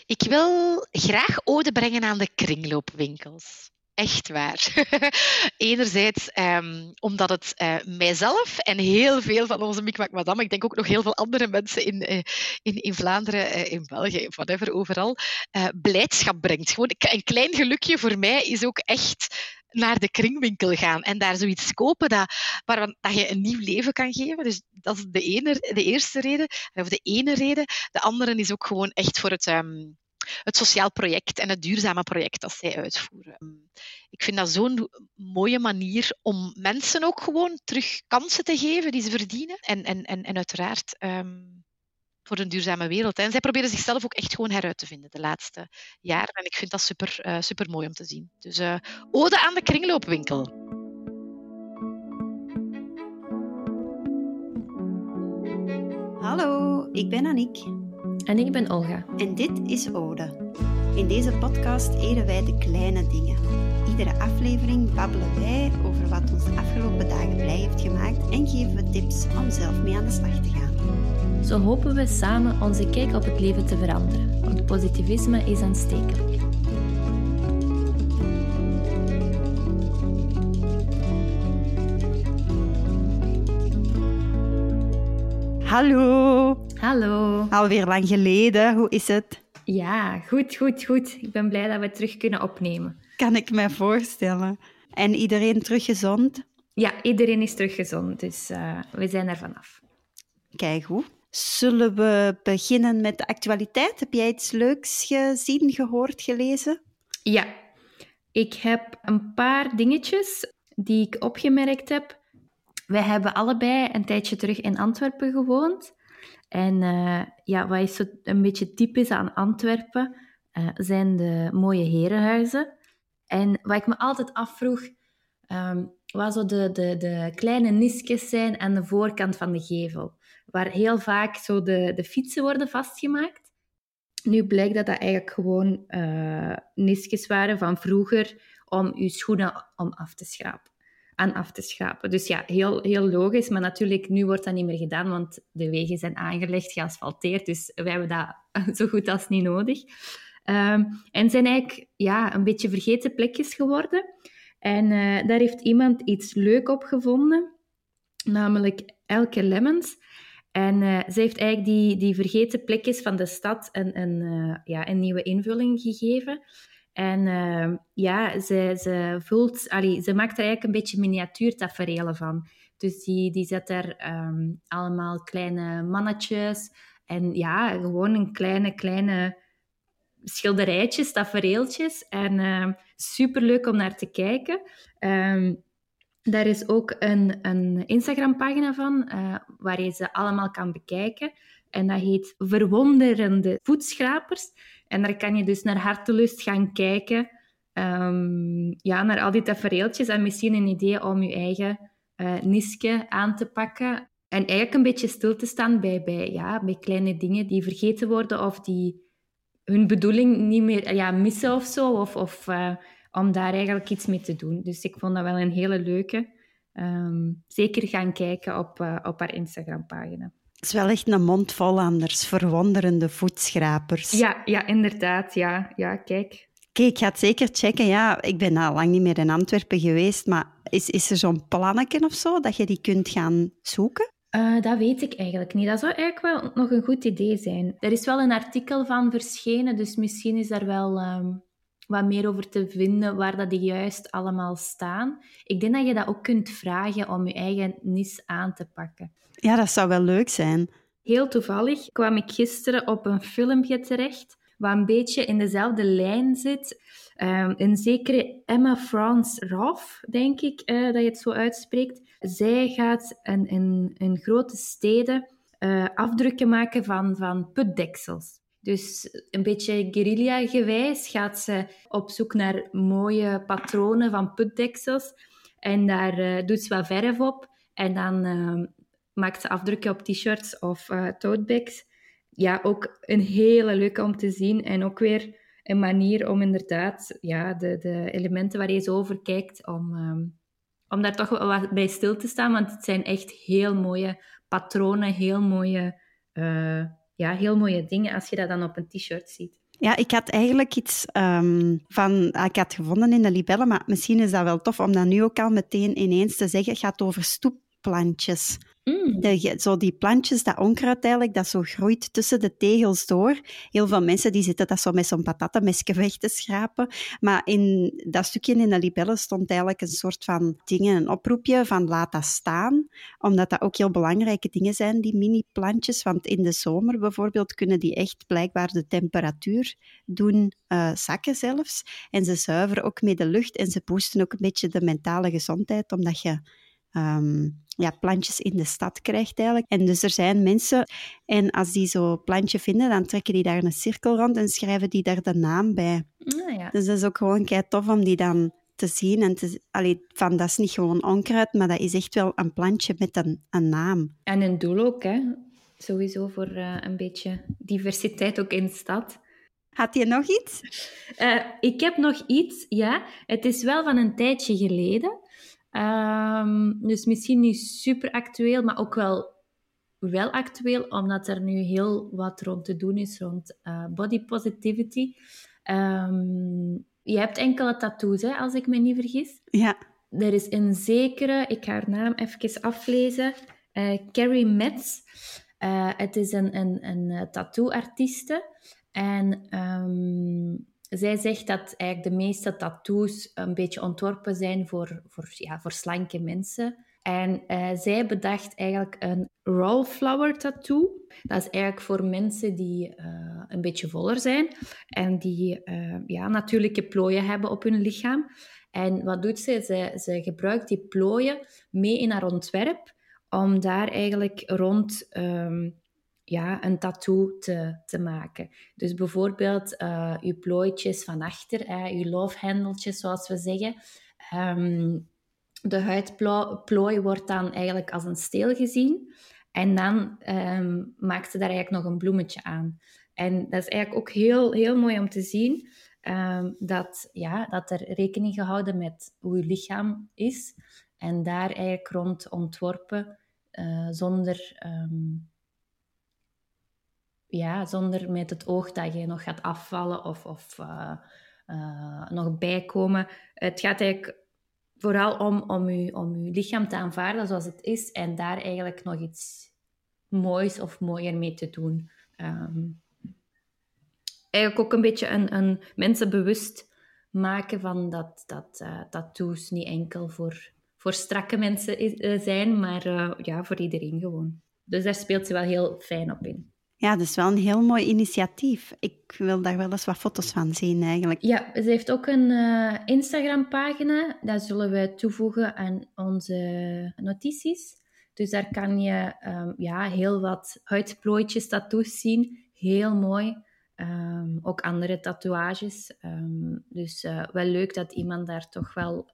Ik wil graag ode brengen aan de kringloopwinkels. Echt waar. Enerzijds omdat het mijzelf en heel veel van onze Micmac Madame, ik denk ook nog heel veel andere mensen in Vlaanderen, in België, whatever, overal, blijdschap brengt. Gewoon een klein gelukje voor mij is ook echt naar de kringwinkel gaan en daar zoiets kopen dat je een nieuw leven kan geven. Dus dat is de eerste reden, of de ene reden. De andere is ook gewoon echt voor het sociaal project en het duurzame project dat zij uitvoeren. Ik vind dat zo'n mooie manier om mensen ook gewoon terug kansen te geven die ze verdienen. En uiteraard voor een duurzame wereld. En zij proberen zichzelf ook echt gewoon heruit te vinden de laatste jaren. En ik vind dat super mooi om te zien. Dus ode aan de kringloopwinkel. Hallo, ik ben Aniek. En ik ben Olga. En dit is Ode. In deze podcast eren wij de kleine dingen. Iedere aflevering babbelen wij over wat ons de afgelopen dagen blij heeft gemaakt en geven we tips om zelf mee aan de slag te gaan. Zo hopen we samen onze kijk op het leven te veranderen, want positivisme is aanstekelijk. Hallo. Hallo. Alweer lang geleden, hoe is het? Ja, goed. Ik ben blij dat we terug kunnen opnemen. Kan ik me voorstellen. En iedereen terug gezond? Ja, iedereen is terug gezond, dus we zijn er vanaf. Kijk hoe. Zullen we beginnen met de actualiteit? Heb jij iets leuks gezien, gehoord, gelezen? Ja, ik heb een paar dingetjes die ik opgemerkt heb. Wij hebben allebei een tijdje terug in Antwerpen gewoond. En wat is zo een beetje typisch aan Antwerpen, zijn de mooie herenhuizen. En wat ik me altijd afvroeg, wat zo de kleine nisjes zijn aan de voorkant van de gevel. Waar heel vaak zo de fietsen worden vastgemaakt. Nu blijkt dat eigenlijk gewoon nisjes waren van vroeger om je schoenen aan af te schrapen. Dus ja, heel logisch. Maar natuurlijk, nu wordt dat niet meer gedaan, want de wegen zijn aangelegd, geasfalteerd. Dus wij hebben dat zo goed als niet nodig. En zijn eigenlijk een beetje vergeten plekjes geworden. En daar heeft iemand iets leuk op gevonden, namelijk Elke Lemmens. En ze heeft eigenlijk die vergeten plekjes van de stad een nieuwe invulling gegeven. En ze maakt er eigenlijk een beetje miniatuurtaferelen van. Dus die zet er allemaal kleine mannetjes en gewoon een kleine schilderijtjes, tafereeltjes. En superleuk om naar te kijken. Daar is ook een Instagram-pagina van, waar je ze allemaal kan bekijken. En dat heet Verwonderende Voetschrapers. En daar kan je dus naar hartelust gaan kijken. Naar al die tafereeltjes. En misschien een idee om je eigen nisje aan te pakken. En eigenlijk een beetje stil te staan bij kleine dingen die vergeten worden. Of die hun bedoeling niet meer missen of zo. Of om daar eigenlijk iets mee te doen. Dus ik vond dat wel een hele leuke. Zeker gaan kijken op haar Instagram-pagina. Het is wel echt een mond vol anders. Verwonderende voetschrapers. Ja, inderdaad. Ja, kijk. Kijk, ik ga het zeker checken. Ja, ik ben al lang niet meer in Antwerpen geweest, maar is er zo'n plannetje of zo dat je die kunt gaan zoeken? Dat weet ik eigenlijk niet. Dat zou eigenlijk wel nog een goed idee zijn. Er is wel een artikel van verschenen, dus misschien is daar wel wat meer over te vinden, waar dat die juist allemaal staan. Ik denk dat je dat ook kunt vragen om je eigen nis aan te pakken. Ja, dat zou wel leuk zijn. Heel toevallig kwam ik gisteren op een filmpje terecht, wat een beetje in dezelfde lijn zit. Een zekere Emma France Raff, denk ik, dat je het zo uitspreekt. Zij gaat in grote steden afdrukken maken van putdeksels. Dus een beetje guerrilla-gewijs gaat ze op zoek naar mooie patronen van putdeksels. En daar doet ze wat verf op. En dan maakt ze afdrukken op t-shirts of totebags. Ja, ook een hele leuke om te zien. En ook weer een manier om inderdaad de elementen waar je zo over kijkt, om daar toch wel wat bij stil te staan. Want het zijn echt heel mooie patronen, heel mooie dingen als je dat dan op een t-shirt ziet. Ja, ik had eigenlijk iets ik had gevonden in de libellen, maar misschien is dat wel tof om dat nu ook al meteen ineens te zeggen. Het gaat over stoepplantjes. Zo die plantjes, dat onkruid eigenlijk, dat zo groeit tussen de tegels door. Heel veel mensen die zitten dat zo met zo'n patatenmesje weg te schrapen. Maar in dat stukje in de libellen stond eigenlijk een soort van dingen, een oproepje van laat dat staan. Omdat dat ook heel belangrijke dingen zijn, die mini-plantjes. Want in de zomer bijvoorbeeld kunnen die echt blijkbaar de temperatuur doen zakken zelfs. En ze zuiveren ook mee de lucht en ze boosten ook een beetje de mentale gezondheid, omdat je plantjes in de stad krijgt eigenlijk. En dus er zijn mensen, en als die zo'n plantje vinden, dan trekken die daar een cirkel rond en schrijven die daar de naam bij. Ja. Dus dat is ook gewoon kei tof om die dan te zien. En dat is niet gewoon onkruid, maar dat is echt wel een plantje met een naam. En een doel ook, hè. Sowieso voor een beetje diversiteit ook in de stad. Had je nog iets? Ik heb nog iets, ja. Het is wel van een tijdje geleden. Dus misschien niet super actueel, maar ook wel actueel, omdat er nu heel wat rond te doen is rond body positivity. Je hebt enkele tattoos, hè, als ik me niet vergis. Ja. Er is een zekere, ik ga haar naam even aflezen, Carrie Metz. Het is een tattoo-artieste. En zij zegt dat eigenlijk de meeste tattoos een beetje ontworpen zijn voor slanke mensen. En zij bedacht eigenlijk een raw flower tattoo. Dat is eigenlijk voor mensen die een beetje voller zijn en die natuurlijke plooien hebben op hun lichaam. En wat doet ze? Ze gebruikt die plooien mee in haar ontwerp om daar eigenlijk rond een tattoo te maken. Dus bijvoorbeeld je plooitjes van achter, je loofhendeltjes zoals we zeggen. De huidplooi wordt dan eigenlijk als een steel gezien. En dan maakt ze daar eigenlijk nog een bloemetje aan. En dat is eigenlijk ook heel, heel mooi om te zien dat er rekening gehouden met hoe je lichaam is. En daar eigenlijk rond ontworpen zonder met het oog dat je nog gaat afvallen of nog bijkomen. Het gaat eigenlijk vooral om je lichaam te aanvaarden zoals het is en daar eigenlijk nog iets moois of mooier mee te doen. Eigenlijk ook een beetje een mensen bewust maken van dat tattoos niet enkel voor strakke mensen zijn, maar voor iedereen gewoon. Dus daar speelt ze wel heel fijn op in. Ja, dat is wel een heel mooi initiatief. Ik wil daar wel eens wat foto's van zien, eigenlijk. Ja, ze heeft ook een Instagram-pagina. Dat zullen we toevoegen aan onze notities. Dus daar kan je heel wat huidplooitjes, tattoos zien. Heel mooi. Ook andere tatoeages. Dus wel leuk dat iemand daar toch wel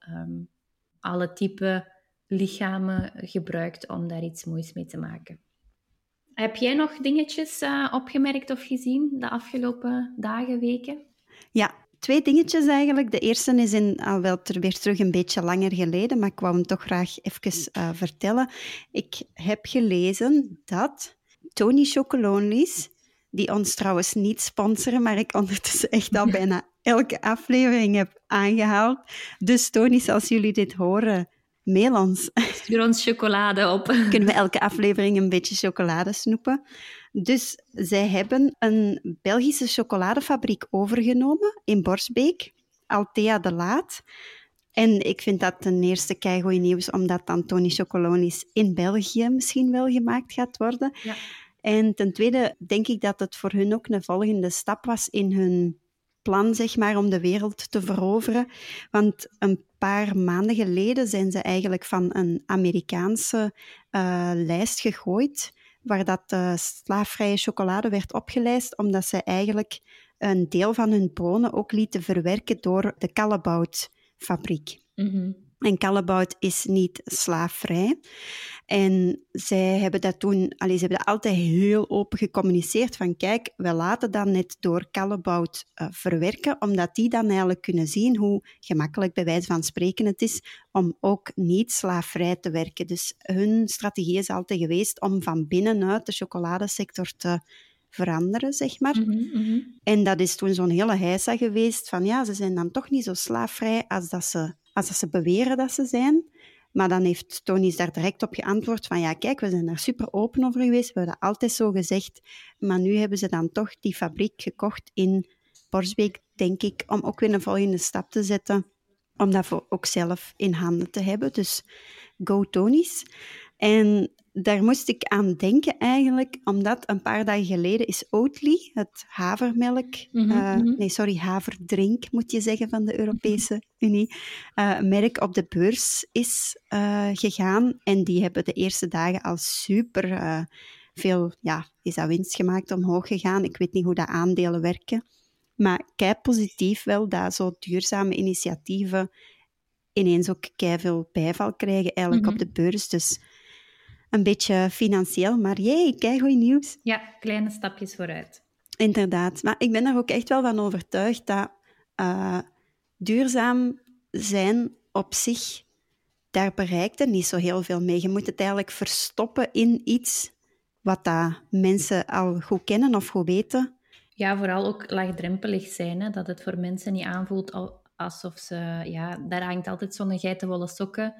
alle type lichamen gebruikt om daar iets moois mee te maken. Heb jij nog dingetjes opgemerkt of gezien de afgelopen dagen, weken? Ja, 2 dingetjes eigenlijk. De eerste is weer terug een beetje langer geleden, maar ik wou hem toch graag even vertellen. Ik heb gelezen dat Tony Chocolonely's, die ons trouwens niet sponsoren, maar ik ondertussen echt al bijna elke aflevering heb aangehaald. Dus Tony, als jullie dit horen, mail ons. Stuur ons chocolade op. Kunnen we elke aflevering een beetje chocolade snoepen. Dus zij hebben een Belgische chocoladefabriek overgenomen in Borsbeek, Althea de Laat. En ik vind dat ten eerste keigoed nieuws, omdat dan Tony Chocolonely's in België misschien wel gemaakt gaat worden. Ja. En ten tweede denk ik dat het voor hun ook een volgende stap was in hun plan, zeg maar, om de wereld te veroveren. Want een paar maanden geleden zijn ze eigenlijk van een Amerikaanse lijst gegooid, waar dat slaafvrije chocolade werd opgelijst, omdat ze eigenlijk een deel van hun bonen ook lieten verwerken door de Callebaut-fabriek. Mm-hmm. En Callebaut is niet slaafvrij. En zij hebben dat ze hebben dat altijd heel open gecommuniceerd van kijk, we laten dat net door Callebaut verwerken, omdat die dan eigenlijk kunnen zien hoe gemakkelijk bij wijze van spreken het is om ook niet slaafvrij te werken. Dus hun strategie is altijd geweest om van binnenuit de chocoladesector te veranderen, zeg maar. Mhm. En dat is toen zo'n hele heisa geweest van ja, ze zijn dan toch niet zo slaafvrij als dat ze beweren dat ze zijn. Maar dan heeft Tony's daar direct op geantwoord van ja, kijk, we zijn daar super open over geweest, we hebben dat altijd zo gezegd. Maar nu hebben ze dan toch die fabriek gekocht in Borsbeek, denk ik, om ook weer een volgende stap te zetten, om dat ook zelf in handen te hebben. Dus go Tony's. En daar moest ik aan denken eigenlijk, omdat een paar dagen geleden is Oatly, het havermelk, haverdrink moet je zeggen van de Europese Unie, merk op de beurs is gegaan. En die hebben de eerste dagen al super veel, is dat winst gemaakt, omhoog gegaan. Ik weet niet hoe dat aandelen werken. Maar kei positief wel dat zo duurzame initiatieven ineens ook kei veel bijval krijgen eigenlijk op de beurs. Dus een beetje financieel, maar kei goed nieuws. Ja, kleine stapjes vooruit. Inderdaad. Maar ik ben er ook echt wel van overtuigd dat duurzaam zijn op zich, daar bereikt er niet zo heel veel mee. Je moet het eigenlijk verstoppen in iets wat dat mensen al goed kennen of goed weten. Ja, vooral ook laagdrempelig zijn, hè? Dat het voor mensen niet aanvoelt alsof ze... Ja, daar hangt altijd zo'n geitenwolle sokken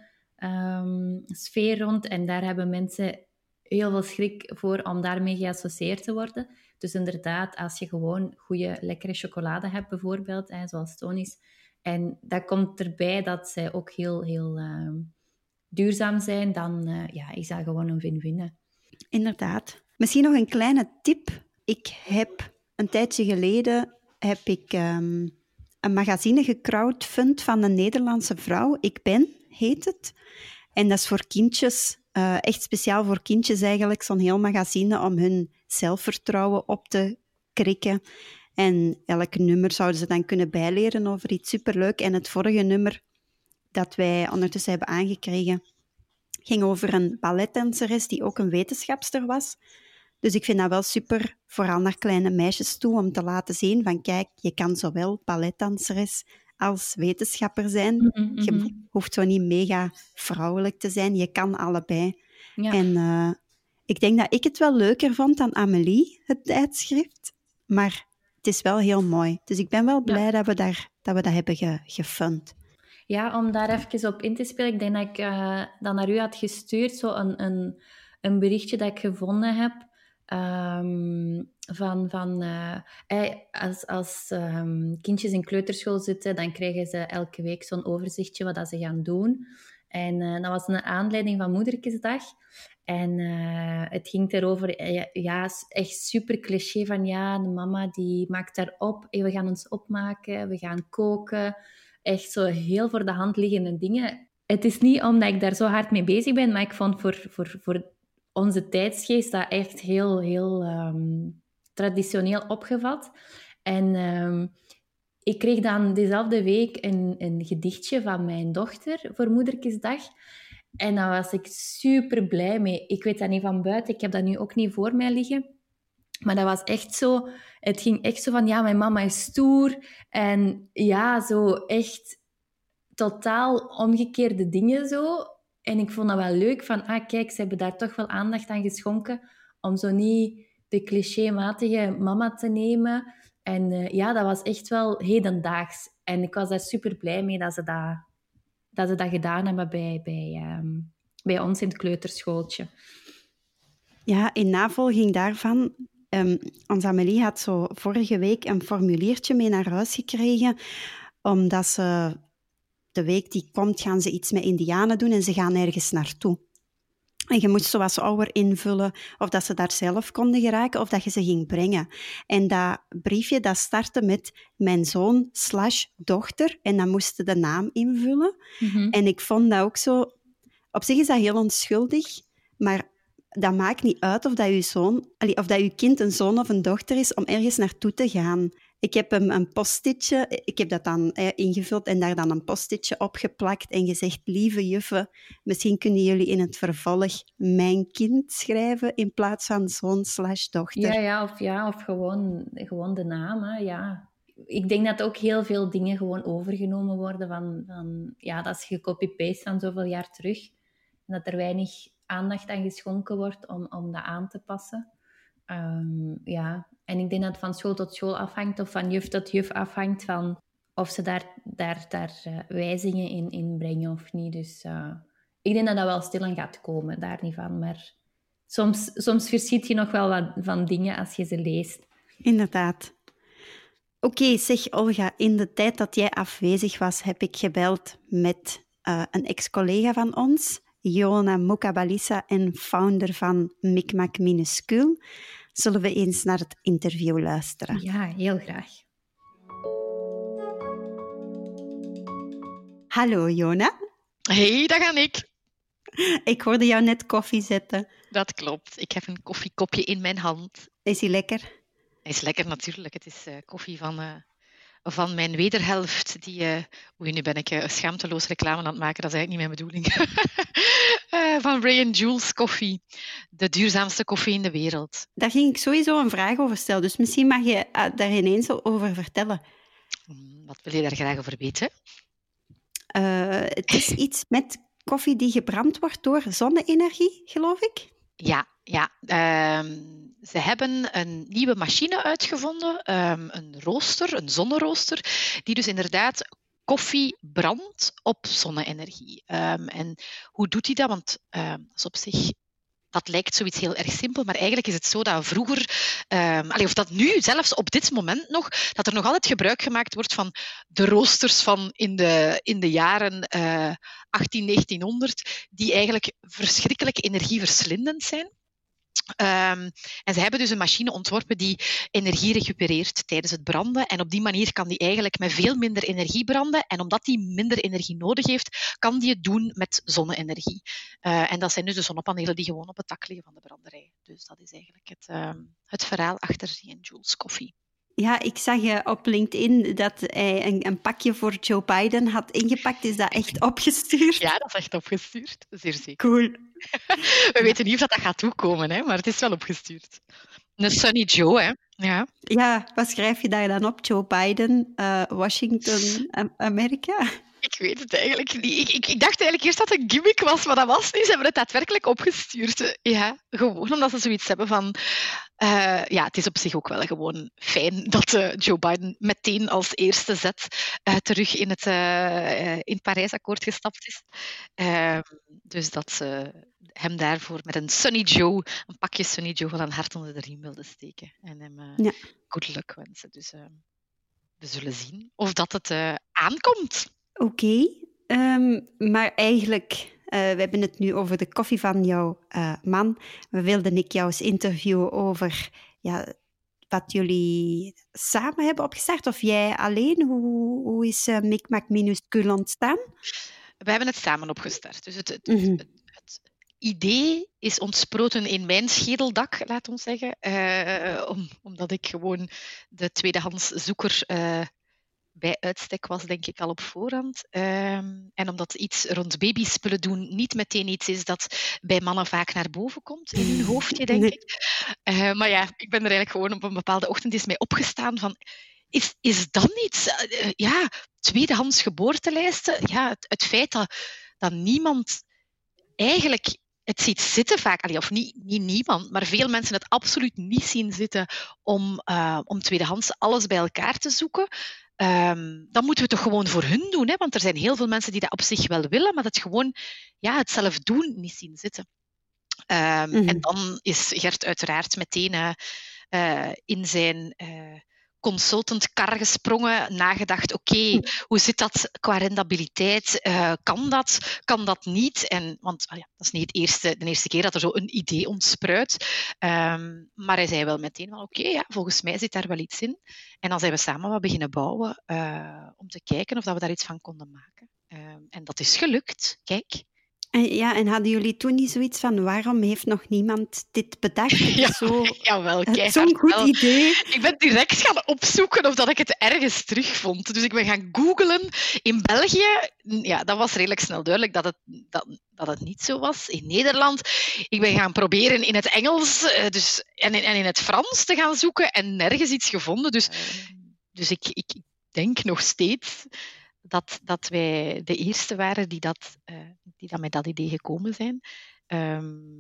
sfeer rond. En daar hebben mensen heel veel schrik voor om daarmee geassocieerd te worden. Dus inderdaad, als je gewoon goede, lekkere chocolade hebt bijvoorbeeld, zoals Tony's, en dat komt erbij dat zij ook heel, heel duurzaam zijn, dan is dat gewoon een win-win. Inderdaad. Misschien nog een kleine tip. Een tijdje geleden heb ik een magazine gecrowdfund van een Nederlandse vrouw. Ik Ben, heet het. En dat is voor kindjes, echt speciaal voor kindjes eigenlijk, zo'n heel magazine om hun zelfvertrouwen op te krikken. En elk nummer zouden ze dan kunnen bijleren over iets superleuk. En het vorige nummer dat wij ondertussen hebben aangekregen, ging over een balletdanseres die ook een wetenschapster was. Dus ik vind dat wel super, vooral naar kleine meisjes toe, om te laten zien van kijk, je kan zowel balletdanseres als wetenschapper zijn. Je hoeft zo niet mega vrouwelijk te zijn, je kan allebei. Ja. En ik denk dat ik het wel leuker vond dan Amélie, het tijdschrift. Maar het is wel heel mooi. Dus ik ben wel blij dat we dat hebben gefund. Ja, om daar even op in te spelen, ik denk dat ik dat naar u had gestuurd, zo een berichtje dat ik gevonden heb. Als kindjes in kleuterschool zitten, dan krijgen ze elke week zo'n overzichtje wat dat ze gaan doen. En dat was een aanleiding van Moederkesdag. En het ging erover, echt super cliché van de mama die maakt daarop. We gaan ons opmaken, we gaan koken. Echt zo heel voor de hand liggende dingen. Het is niet omdat ik daar zo hard mee bezig ben, maar ik vond voor onze tijdsgeest dat echt heel, heel traditioneel opgevat. En ik kreeg dan diezelfde week een gedichtje van mijn dochter voor Moederkesdag. En daar was ik super blij mee. Ik weet dat niet van buiten, ik heb dat nu ook niet voor mij liggen. Maar dat was echt zo... Het ging echt zo van, mijn mama is stoer. En zo echt totaal omgekeerde dingen zo. En ik vond dat wel leuk van, kijk, ze hebben daar toch wel aandacht aan geschonken om zo niet de clichématige mama te nemen. En dat was echt wel hedendaags. En ik was daar super blij mee dat ze dat gedaan hebben bij ons in het kleuterschooltje. Ja, in navolging daarvan... Onze Amélie had zo vorige week een formuliertje mee naar huis gekregen, omdat ze... De week die komt, gaan ze iets met indianen doen en ze gaan ergens naartoe. En je moest zoals ouder invullen of dat ze daar zelf konden geraken of dat je ze ging brengen. En dat briefje, dat startte met mijn zoon/dochter en dan moest je de naam invullen. En ik vond dat ook zo... Op zich is dat heel onschuldig, maar dat maakt niet uit of dat je kind een zoon of een dochter is om ergens naartoe te gaan. Ik heb hem een post-itje, ik heb dat dan ingevuld en daar dan een post-itje opgeplakt en gezegd, lieve juffen, misschien kunnen jullie in het vervolg mijn kind schrijven in plaats van zoon/dochter. Of gewoon de naam. Hè. Ja. Ik denk dat ook heel veel dingen gewoon overgenomen worden van dat is gecopy-paste van zoveel jaar terug. En dat er weinig aandacht aan geschonken wordt om dat aan te passen. Ja, en ik denk dat het van school tot school afhangt of van juf tot juf afhangt van of ze daar wijzigingen in brengen of niet. Dus ik denk dat dat wel stilaan gaat komen, daar niet van. Maar soms verschiet je nog wel wat van dingen als je ze leest. Inderdaad. Oké, zeg Olga, in de tijd dat jij afwezig was, heb ik gebeld met een ex-collega van ons, Jona Mukabalisa en founder van Micmac Minuscuul. Zullen we eens naar het interview luisteren? Ja, heel graag. Hallo Jona. Hey, dat ga ik. Ik hoorde jou net koffie zetten. Dat klopt. Ik heb een koffiekopje in mijn hand. Is die lekker? Hij is lekker natuurlijk. Het is koffie van mijn wederhelft. Oei, nu ben ik schaamteloos reclame aan het maken. Dat is eigenlijk niet mijn bedoeling. Van Ray & Jules koffie. De duurzaamste koffie in de wereld. Daar ging ik sowieso een vraag over stellen. Dus misschien mag je daar ineens over vertellen. Wat wil je daar graag over weten? Het is iets met koffie die gebrand wordt door zonne-energie, geloof ik. Ja. Ze hebben een nieuwe machine uitgevonden, een zonnerooster, die dus inderdaad koffie brandt op zonne-energie. En hoe doet hij dat? Want dat lijkt zoiets heel erg simpel, maar eigenlijk is het zo dat vroeger, of dat nu zelfs op dit moment nog, dat er nog altijd gebruik gemaakt wordt van de roosters van in de jaren 1900, die eigenlijk verschrikkelijk energieverslindend zijn. En ze hebben dus een machine ontworpen die energie recupereert tijdens het branden. En op die manier kan die eigenlijk met veel minder energie branden. En omdat die minder energie nodig heeft, kan die het doen met zonne-energie. En dat zijn dus de zonnepanelen die gewoon op het dak liggen van de branderij. Dus dat is eigenlijk het verhaal achter Ray & Jules koffie. Ja, ik zag op LinkedIn dat hij een pakje voor Joe Biden had ingepakt. Is dat echt opgestuurd? Ja, dat is echt opgestuurd. Zeer zeker. Cool. We weten niet of dat gaat toekomen, hè, maar het is wel opgestuurd. Een Sunny Joe, hè. Ja, wat schrijf je daar dan op? Joe Biden, Washington, Amerika? Ik weet het eigenlijk niet. Ik dacht eigenlijk eerst dat het een gimmick was, maar dat was niet. Ze hebben het daadwerkelijk opgestuurd. Ja, gewoon omdat ze zoiets hebben van... het is op zich ook wel gewoon fijn dat Joe Biden meteen als eerste zet terug in het Parijsakkoord gestapt is. Dus dat ze hem daarvoor met een pakje Sunny Joe van een hart onder de riem wilden steken. En hem good luck wensen. Dus we zullen zien of dat het aankomt. Oké, maar eigenlijk... we hebben het nu over de koffie van jouw man. We wilden ik jou eens interviewen over wat jullie samen hebben opgestart. Of jij alleen? Hoe is Micmac Minuscuul ontstaan? We hebben het samen opgestart. Dus het idee is ontsproten in mijn schedeldak, laat ons zeggen. Omdat ik gewoon de tweedehands zoeker... bij uitstek was, denk ik, al op voorhand. En omdat iets rond babyspullen doen niet meteen iets is dat bij mannen vaak naar boven komt in hun hoofdje, denk ik. Maar ja, ik ben er eigenlijk gewoon op een bepaalde ochtend eens mee opgestaan van... Is dat niet... tweedehands geboortelijsten. Ja, het feit dat niemand eigenlijk het ziet zitten vaak, of niet niemand, maar veel mensen het absoluut niet zien zitten om tweedehands alles bij elkaar te zoeken... dan moeten we het toch gewoon voor hun doen. Hè? Want er zijn heel veel mensen die dat op zich wel willen, maar dat gewoon het zelf doen niet zien zitten. En dan is Gert uiteraard meteen in zijn consultantkar gesprongen, nagedacht, oké, hoe zit dat qua rendabiliteit? Kan dat niet? Want dat is niet de eerste keer dat er zo een idee ontspruit. Maar hij zei wel meteen van, volgens mij zit daar wel iets in. En dan zijn we samen wat beginnen bouwen om te kijken of dat we daar iets van konden maken. En dat is gelukt, kijk. En hadden jullie toen niet zoiets van, waarom heeft nog niemand dit bedacht? Jawel, keihard. Zo'n goed idee. Ik ben direct gaan opzoeken of dat ik het ergens terugvond. Dus ik ben gaan googlen in België. Ja, dat was redelijk snel duidelijk dat het niet zo was. In Nederland. Ik ben gaan proberen in het Engels en in het Frans te gaan zoeken en nergens iets gevonden. Dus ik denk nog steeds... Dat wij de eerste waren die met dat idee gekomen zijn.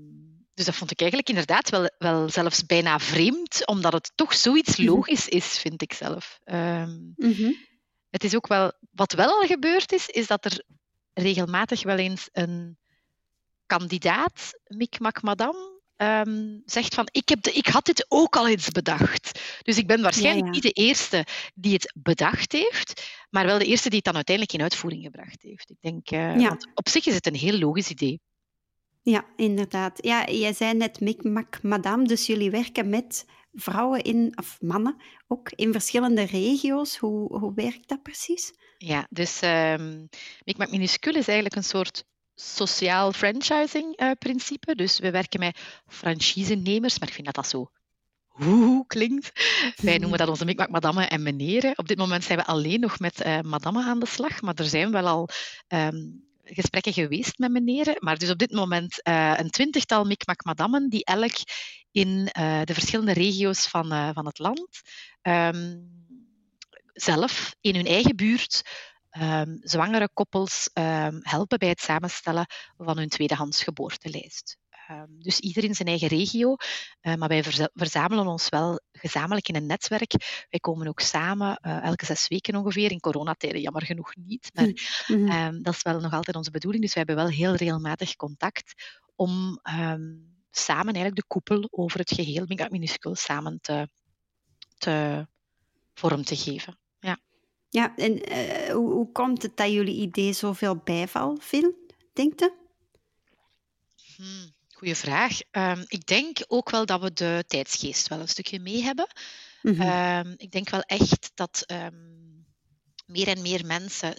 Dus dat vond ik eigenlijk inderdaad wel zelfs bijna vreemd, omdat het toch zoiets logisch is, vind ik zelf. Mhm. Het is ook wel... Wat wel al gebeurd is dat er regelmatig wel eens een kandidaat, Micmac Madame, zegt van ik had dit ook al eens bedacht. Dus ik ben waarschijnlijk Ja. niet de eerste die het bedacht heeft, maar wel de eerste die het dan uiteindelijk in uitvoering gebracht heeft. Ik denk, want op zich is het een heel logisch idee. Ja, inderdaad. Ja, jij zei net Micmac Madame, dus jullie werken met vrouwen of mannen ook in verschillende regio's. Hoe werkt dat precies? Ja, dus Micmac Minuscule is eigenlijk een soort sociaal franchising-principe. Dus we werken met franchisenemers, maar ik vind dat zo hoe klinkt. Wij noemen dat onze Micmac Madammen en meneren. Op dit moment zijn we alleen nog met madammen aan de slag, maar er zijn wel al gesprekken geweest met meneren. Maar dus op dit moment een 20-tal Micmac Madammen die elk in de verschillende regio's van het land zelf in hun eigen buurt zwangere koppels helpen bij het samenstellen van hun tweedehands geboortelijst. Dus ieder in zijn eigen regio, maar wij verzamelen ons wel gezamenlijk in een netwerk. Wij komen ook samen elke 6 weken ongeveer, in coronatijden jammer genoeg niet, maar dat is wel nog altijd onze bedoeling. Dus we hebben wel heel regelmatig contact om samen eigenlijk de koepel over het geheel Micmac Minuscule samen te vorm te geven. Ja, en hoe komt het dat jullie idee zoveel bijval vindt, denk je? Goeie vraag. Ik denk ook wel dat we de tijdsgeest wel een stukje mee hebben. Ik denk wel echt dat meer en meer mensen,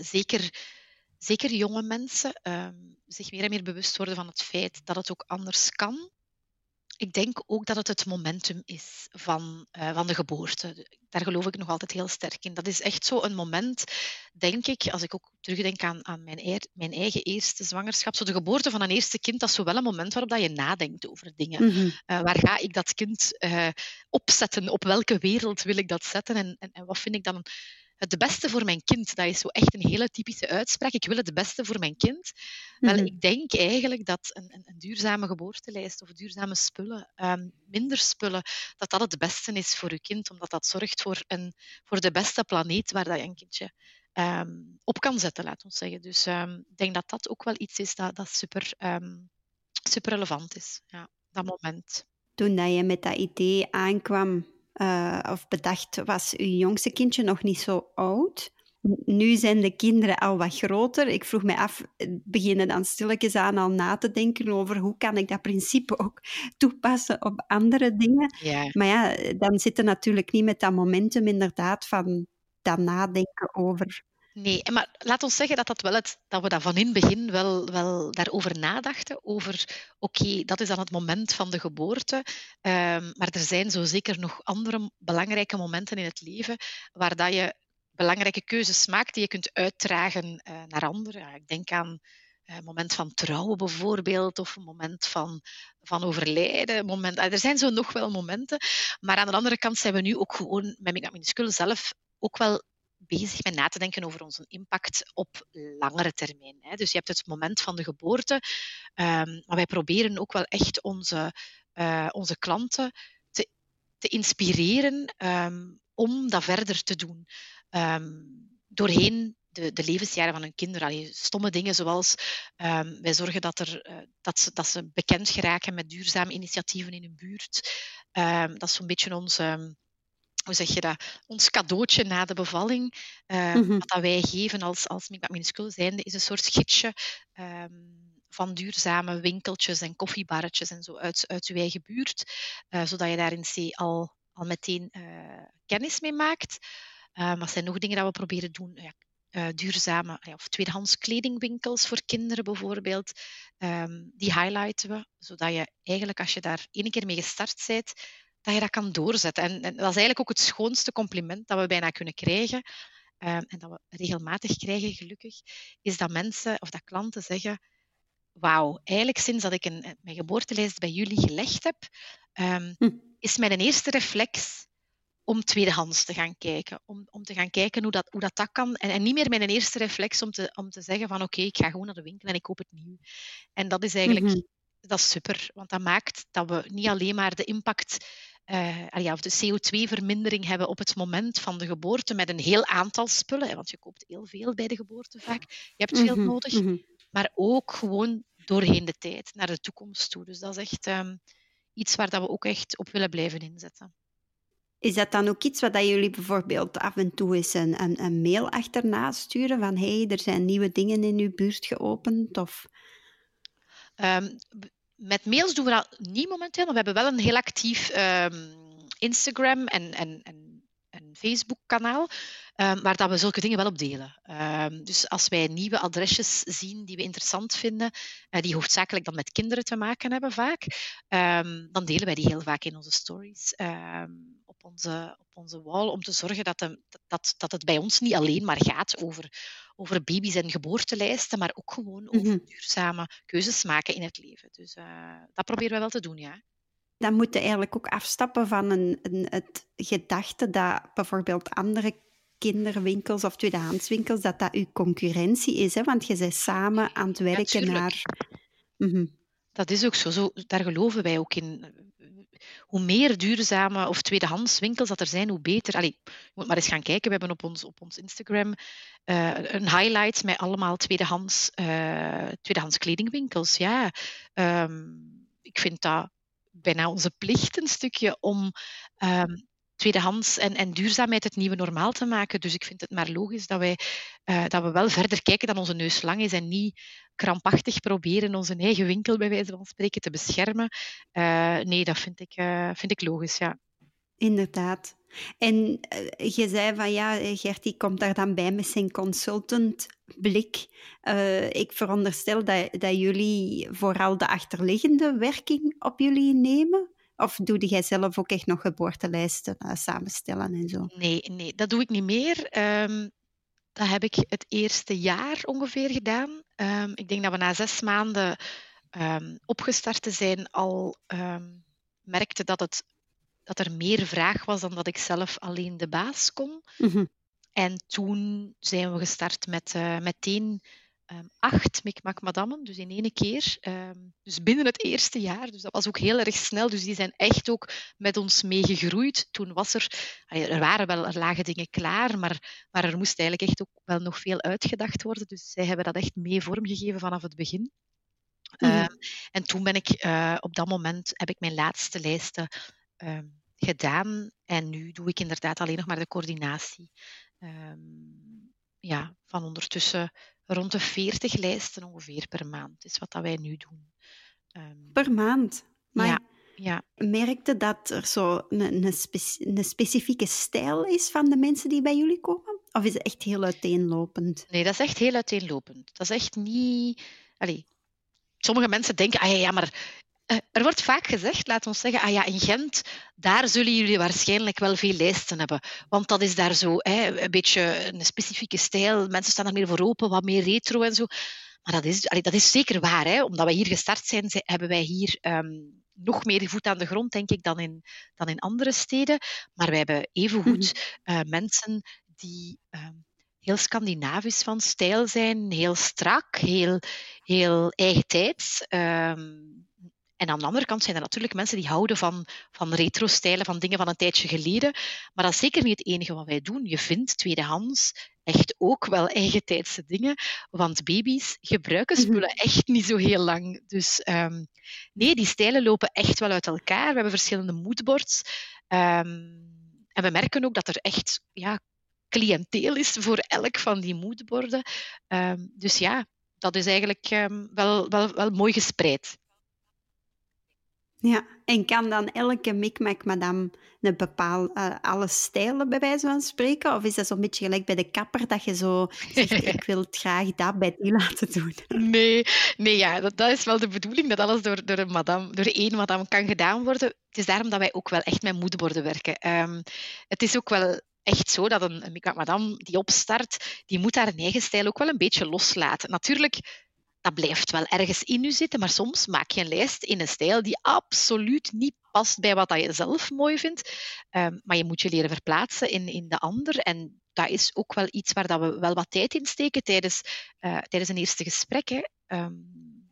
zeker jonge mensen, zich meer en meer bewust worden van het feit dat het ook anders kan. Ik denk ook dat het momentum is van de geboorte. Daar geloof ik nog altijd heel sterk in. Dat is echt zo een moment, denk ik, als ik ook terugdenk aan mijn eigen eerste zwangerschap. Zo de geboorte van een eerste kind, dat is zo wel een moment waarop dat je nadenkt over dingen. Waar ga ik dat kind opzetten? Op welke wereld wil ik dat zetten? En wat vind ik dan het beste voor mijn kind? Dat is zo echt een hele typische uitspraak. Ik wil het beste voor mijn kind. Wel, ik denk eigenlijk dat een duurzame geboortelijst of duurzame spullen, minder spullen, dat het beste is voor je kind, omdat dat zorgt voor de beste planeet waar dat je een kindje op kan zetten, laat ons zeggen. Dus ik denk dat dat ook wel iets is dat super relevant is, ja, dat moment. Toen dat je met dat idee aankwam of bedacht, was je jongste kindje nog niet zo oud. Nu zijn de kinderen al wat groter. Ik vroeg me af, beginnen dan stilletjes aan al na te denken over hoe kan ik dat principe ook toepassen op andere dingen. Ja. Maar ja, dan zit er natuurlijk niet met dat momentum inderdaad van dat nadenken over... Nee, maar laat ons zeggen dat we dat van in het begin wel daarover nadachten. Over, oké, dat is dan het moment van de geboorte. Maar er zijn zo zeker nog andere belangrijke momenten in het leven waar dat je belangrijke keuzes maakt die je kunt uitdragen naar anderen. Ja, ik denk aan een moment van trouwen bijvoorbeeld, of een moment van overlijden. Er zijn zo nog wel momenten. Maar aan de andere kant zijn we nu ook gewoon met Micmac Minuscule zelf ook wel bezig met na te denken over onze impact op langere termijn. Dus je hebt het moment van de geboorte, maar wij proberen ook wel echt onze klanten te inspireren om dat verder te doen. Doorheen de levensjaren van hun kinderen. Stomme dingen zoals wij zorgen dat ze bekend geraken met duurzame initiatieven in hun buurt. Dat is zo'n beetje hoe zeg je dat? Ons cadeautje na de bevalling. Wat dat wij geven als Micmac Minuscule zijnde, is een soort gidsje van duurzame winkeltjes en koffiebarretjes en zo uit uw eigen buurt. Zodat je daar in C al meteen kennis mee maakt. Wat zijn nog dingen dat we proberen doen? Duurzame of tweedehands kledingwinkels voor kinderen bijvoorbeeld. Die highlighten we, zodat je eigenlijk als je daar 1 keer mee gestart bent, dat je dat kan doorzetten. En dat is eigenlijk ook het schoonste compliment dat we bijna kunnen krijgen. En dat we regelmatig krijgen, gelukkig, is dat mensen of dat klanten zeggen: wauw, eigenlijk sinds dat ik mijn geboortelijst bij jullie gelegd heb, is mijn eerste reflex om tweedehands te gaan kijken. Om te gaan kijken hoe dat kan. En niet meer mijn eerste reflex om te zeggen van oké, ik ga gewoon naar de winkel en ik koop het nieuw. En dat is eigenlijk dat is super, want dat maakt dat we niet alleen maar de impact of de CO2-vermindering hebben op het moment van de geboorte met een heel aantal spullen, hè, want je koopt heel veel bij de geboorte vaak. Je hebt veel nodig, maar ook gewoon doorheen de tijd, naar de toekomst toe. Dus dat is echt iets waar dat we ook echt op willen blijven inzetten. Is dat dan ook iets wat dat jullie bijvoorbeeld af en toe eens een mail achterna sturen van hey, er zijn nieuwe dingen in uw buurt geopend? Of... Met mails doen we dat niet momenteel, maar we hebben wel een heel actief Instagram en Facebook-kanaal, waar dat we zulke dingen wel op delen. Dus als wij nieuwe adresjes zien die we interessant vinden, die hoofdzakelijk dan met kinderen te maken hebben vaak, dan delen wij die heel vaak in onze stories op onze wall, om te zorgen dat het bij ons niet alleen maar gaat over baby's en geboortelijsten, maar ook gewoon over duurzame keuzes maken in het leven. Dus dat proberen we wel te doen, ja. Dan moet je eigenlijk ook afstappen van het gedachte dat bijvoorbeeld andere kinderwinkels of tweedehandswinkels, dat uw concurrentie is. Hè? Want je bent samen aan het werken naar... Dat is ook zo. Daar geloven wij ook in. Hoe meer duurzame of tweedehands winkels dat er zijn, hoe beter. Je moet maar eens gaan kijken. We hebben op ons Instagram een highlight met allemaal tweedehands kledingwinkels. Ja, ik vind dat bijna onze plicht een stukje om tweedehands en duurzaamheid het nieuwe normaal te maken. Dus ik vind het maar logisch dat we wel verder kijken dan onze neus lang is en niet krampachtig proberen onze eigen winkel bij wijze van spreken te beschermen. Nee, dat vind ik logisch, ja. Inderdaad. En je zei van ja, Gertie komt daar dan bij met zijn consultantblik. Ik veronderstel dat jullie vooral de achterliggende werking op jullie nemen. Of doe jij zelf ook echt nog geboortelijsten samenstellen en zo? Nee, dat doe ik niet meer. Dat heb ik het eerste jaar ongeveer gedaan. Ik denk dat we na 6 maanden opgestart te zijn al merkte dat er meer vraag was dan dat ik zelf alleen de baas kon. En toen zijn we gestart met meteen 8 Micmac Madammen, dus in 1 keer. Dus binnen het eerste jaar. Dus dat was ook heel erg snel. Dus die zijn echt ook met ons meegegroeid. Toen was er waren wel lagen dingen klaar, maar er moest eigenlijk echt ook wel nog veel uitgedacht worden. Dus zij hebben dat echt mee vormgegeven vanaf het begin. En toen op dat moment heb ik mijn laatste lijsten gedaan. En nu doe ik inderdaad alleen nog maar de coördinatie. Van ondertussen rond de 40 lijsten ongeveer per maand is wat dat wij nu doen. Per maand? Maar ja. Merkte dat er zo een specifieke stijl is van de mensen die bij jullie komen? Of is het echt heel uiteenlopend? Nee, dat is echt heel uiteenlopend. Dat is echt niet... Sommige mensen denken, maar... Er wordt vaak gezegd, laat ons zeggen, in Gent, daar zullen jullie waarschijnlijk wel veel lijsten hebben. Want dat is daar zo een beetje een specifieke stijl. Mensen staan er meer voor open, wat meer retro en zo. Maar dat is zeker waar. Hè? Omdat wij hier gestart zijn, hebben wij hier nog meer voet aan de grond, denk ik, dan in andere steden. Maar wij hebben evengoed mensen die... heel Scandinavisch van stijl zijn, heel strak, heel eigentijds. En aan de andere kant zijn er natuurlijk mensen die houden van retro-stijlen, van dingen van een tijdje geleden. Maar dat is zeker niet het enige wat wij doen. Je vindt tweedehands echt ook wel eigentijdse dingen, want baby's gebruiken spullen echt niet zo heel lang. Dus nee, die stijlen lopen echt wel uit elkaar. We hebben verschillende moodboards. En we merken ook dat er echt cliënteel is voor elk van die moodborden. Dus ja, dat is eigenlijk wel mooi gespreid. Ja, en kan dan elke Micmac Madame alle stijlen bij wijze van spreken? Of is dat zo'n beetje gelijk bij de kapper, dat je zo zegt, ik wil het graag dat bij die laten doen? Nee, dat is wel de bedoeling, dat alles door één madame kan gedaan worden. Het is daarom dat wij ook wel echt met moodborden werken. Het is ook wel echt zo dat een Micmac Madame die opstart, die moet haar eigen stijl ook wel een beetje loslaten. Natuurlijk... Dat blijft wel ergens in u zitten, maar soms maak je een lijst in een stijl die absoluut niet past bij wat je zelf mooi vindt. Maar je moet je leren verplaatsen in de ander. En dat is ook wel iets waar dat we wel wat tijd in steken tijdens een eerste gesprek. Hè.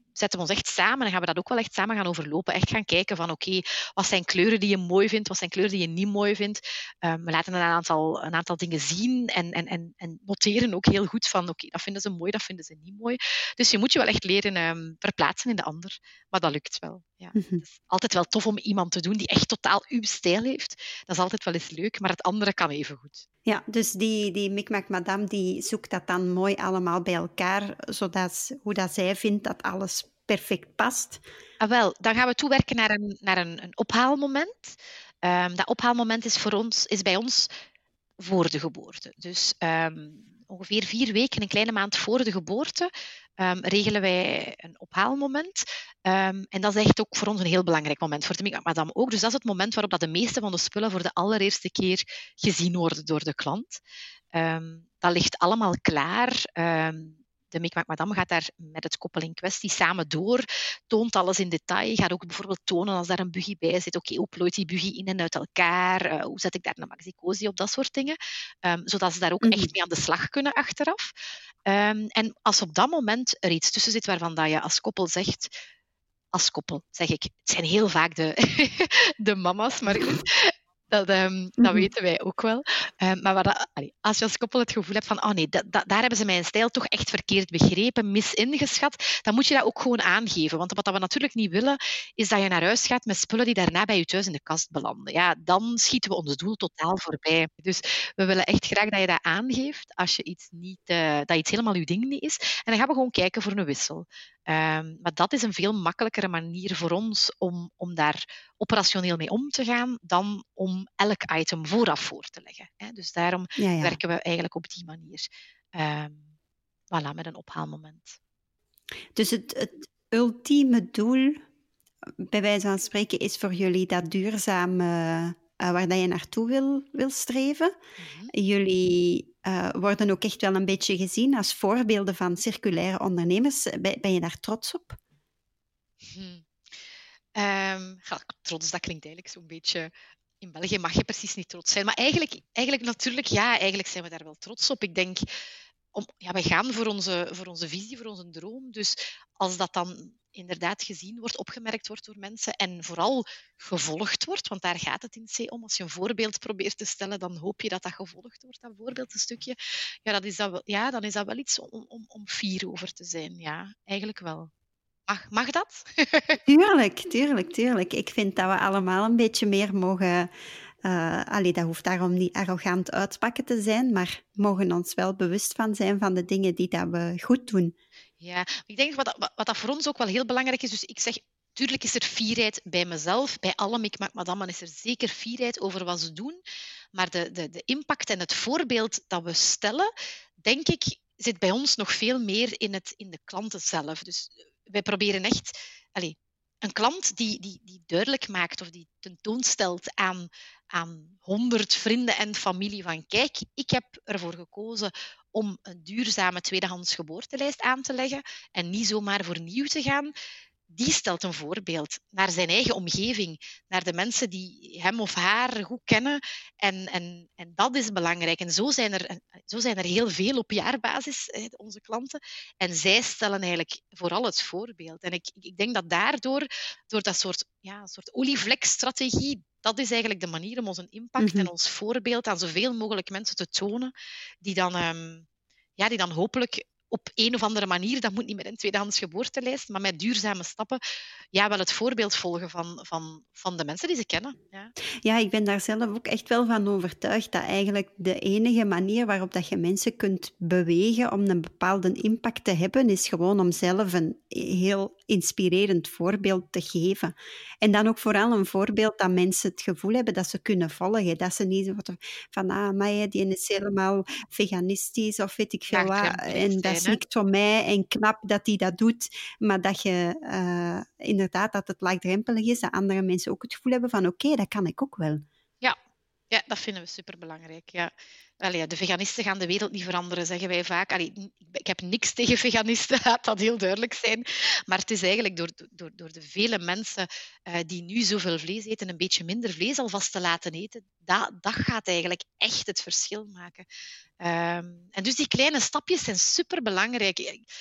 zetten we ons echt samen en gaan we dat ook wel echt samen gaan overlopen. Echt gaan kijken van oké, wat zijn kleuren die je mooi vindt, wat zijn kleuren die je niet mooi vindt. We laten een aantal dingen zien en noteren ook heel goed van oké, dat vinden ze mooi, dat vinden ze niet mooi. Dus je moet je wel echt leren verplaatsen in de ander. Maar dat lukt wel. Ja. Het is altijd wel tof om iemand te doen die echt totaal uw stijl heeft. Dat is altijd wel eens leuk, maar het andere kan even goed. Ja, dus die Micmac Madame die zoekt dat dan mooi allemaal bij elkaar, zodat hoe dat zij vindt dat alles perfect past. Wel, dan gaan we toewerken naar een ophaalmoment. Dat ophaalmoment is bij ons voor de geboorte. Dus ongeveer 4 weken, een kleine maand voor de geboorte, regelen wij een ophaalmoment. En dat is echt ook voor ons een heel belangrijk moment, voor de Micmac Madame ook. Dus dat is het moment waarop dat de meeste van de spullen voor de allereerste keer gezien worden door de klant. Dat ligt allemaal klaar. De Micmac Madame gaat daar met het koppel in kwestie samen door, toont alles in detail, gaat ook bijvoorbeeld tonen als daar een buggy bij zit. Oké, hoe plooit die buggy in en uit elkaar? Hoe zet ik daar een maxicosi op? Dat soort dingen. Zodat ze daar ook echt mee aan de slag kunnen achteraf. En als op dat moment er iets tussen zit waarvan dat je als koppel zegt... Als koppel, zeg ik. Het zijn heel vaak de mama's, maar goed... Dat weten wij ook wel. Maar als je als koppel het gevoel hebt van oh nee, daar hebben ze mijn stijl toch echt verkeerd begrepen, misingeschat, dan moet je dat ook gewoon aangeven. Want wat we natuurlijk niet willen, is dat je naar huis gaat met spullen die daarna bij je thuis in de kast belanden. Ja, dan schieten we ons doel totaal voorbij. Dus we willen echt graag dat je dat aangeeft als je dat iets helemaal je ding niet is. En dan gaan we gewoon kijken voor een wissel. Maar dat is een veel makkelijkere manier voor ons om daar operationeel mee om te gaan dan om elk item vooraf voor te leggen. Hè. Dus daarom werken we eigenlijk op die manier. Voilà, met een ophaalmoment. Dus het ultieme doel, bij wijze van spreken, is voor jullie dat duurzame waar dat je naartoe wil streven. Jullie worden ook echt wel een beetje gezien als voorbeelden van circulaire ondernemers. Ben je daar trots op? Trots, dat klinkt eigenlijk zo'n beetje... In België mag je precies niet trots zijn. Maar eigenlijk natuurlijk, ja, eigenlijk zijn we daar wel trots op. Ik denk, we gaan voor onze visie, voor onze droom. Dus als dat dan inderdaad gezien wordt, opgemerkt wordt door mensen en vooral gevolgd wordt, want daar gaat het in C om. Als je een voorbeeld probeert te stellen, dan hoop je dat dat gevolgd wordt, dat voorbeeld, een stukje. Ja, dan is dat wel iets om fier over te zijn. Ja, eigenlijk wel. Mag dat? Tuurlijk. Ik vind dat we allemaal een beetje meer mogen... dat hoeft daarom niet arrogant uitpakken te zijn, maar mogen ons wel bewust zijn van de dingen die dat we goed doen. Ja, ik denk wat dat voor ons ook wel heel belangrijk is. Dus ik zeg, tuurlijk is er fierheid bij mezelf. Bij alle Micmac Madammen is er zeker fierheid over wat ze doen. Maar de impact en het voorbeeld dat we stellen, denk ik, zit bij ons nog veel meer in de klanten zelf. Dus wij proberen echt... een klant die duidelijk maakt of die tentoonstelt aan 100 vrienden en familie van kijk, ik heb ervoor gekozen om een duurzame tweedehands geboortelijst aan te leggen en niet zomaar voor nieuw te gaan. Die stelt een voorbeeld naar zijn eigen omgeving, naar de mensen die hem of haar goed kennen. En dat is belangrijk. En zo zijn er heel veel op jaarbasis, onze klanten. En zij stellen eigenlijk vooral het voorbeeld. En ik denk dat daardoor, door dat soort olievlekstrategie, dat is eigenlijk de manier om onze impact en ons voorbeeld aan zoveel mogelijk mensen te tonen, die dan hopelijk op een of andere manier, dat moet niet met een tweedehands geboortelijst, maar met duurzame stappen, wel het voorbeeld volgen van de mensen die ze kennen. Ja, ik ben daar zelf ook echt wel van overtuigd dat eigenlijk de enige manier waarop dat je mensen kunt bewegen om een bepaalde impact te hebben, is gewoon om zelf een heel inspirerend voorbeeld te geven. En dan ook vooral een voorbeeld dat mensen het gevoel hebben dat ze kunnen volgen. Dat ze niet van, maar die is helemaal veganistisch of weet ik veel wat. En dat is niks van mij en knap dat hij dat doet. Maar dat je inderdaad dat het laagdrempelig is, dat andere mensen ook het gevoel hebben van oké, dat kan ik ook wel. Ja, dat vinden we superbelangrijk. Ja. De veganisten gaan de wereld niet veranderen, zeggen wij vaak. Ik heb niks tegen veganisten, laat dat heel duidelijk zijn. Maar het is eigenlijk door de vele mensen die nu zoveel vlees eten, een beetje minder vlees alvast te laten eten, dat gaat eigenlijk echt het verschil maken. En dus die kleine stapjes zijn superbelangrijk.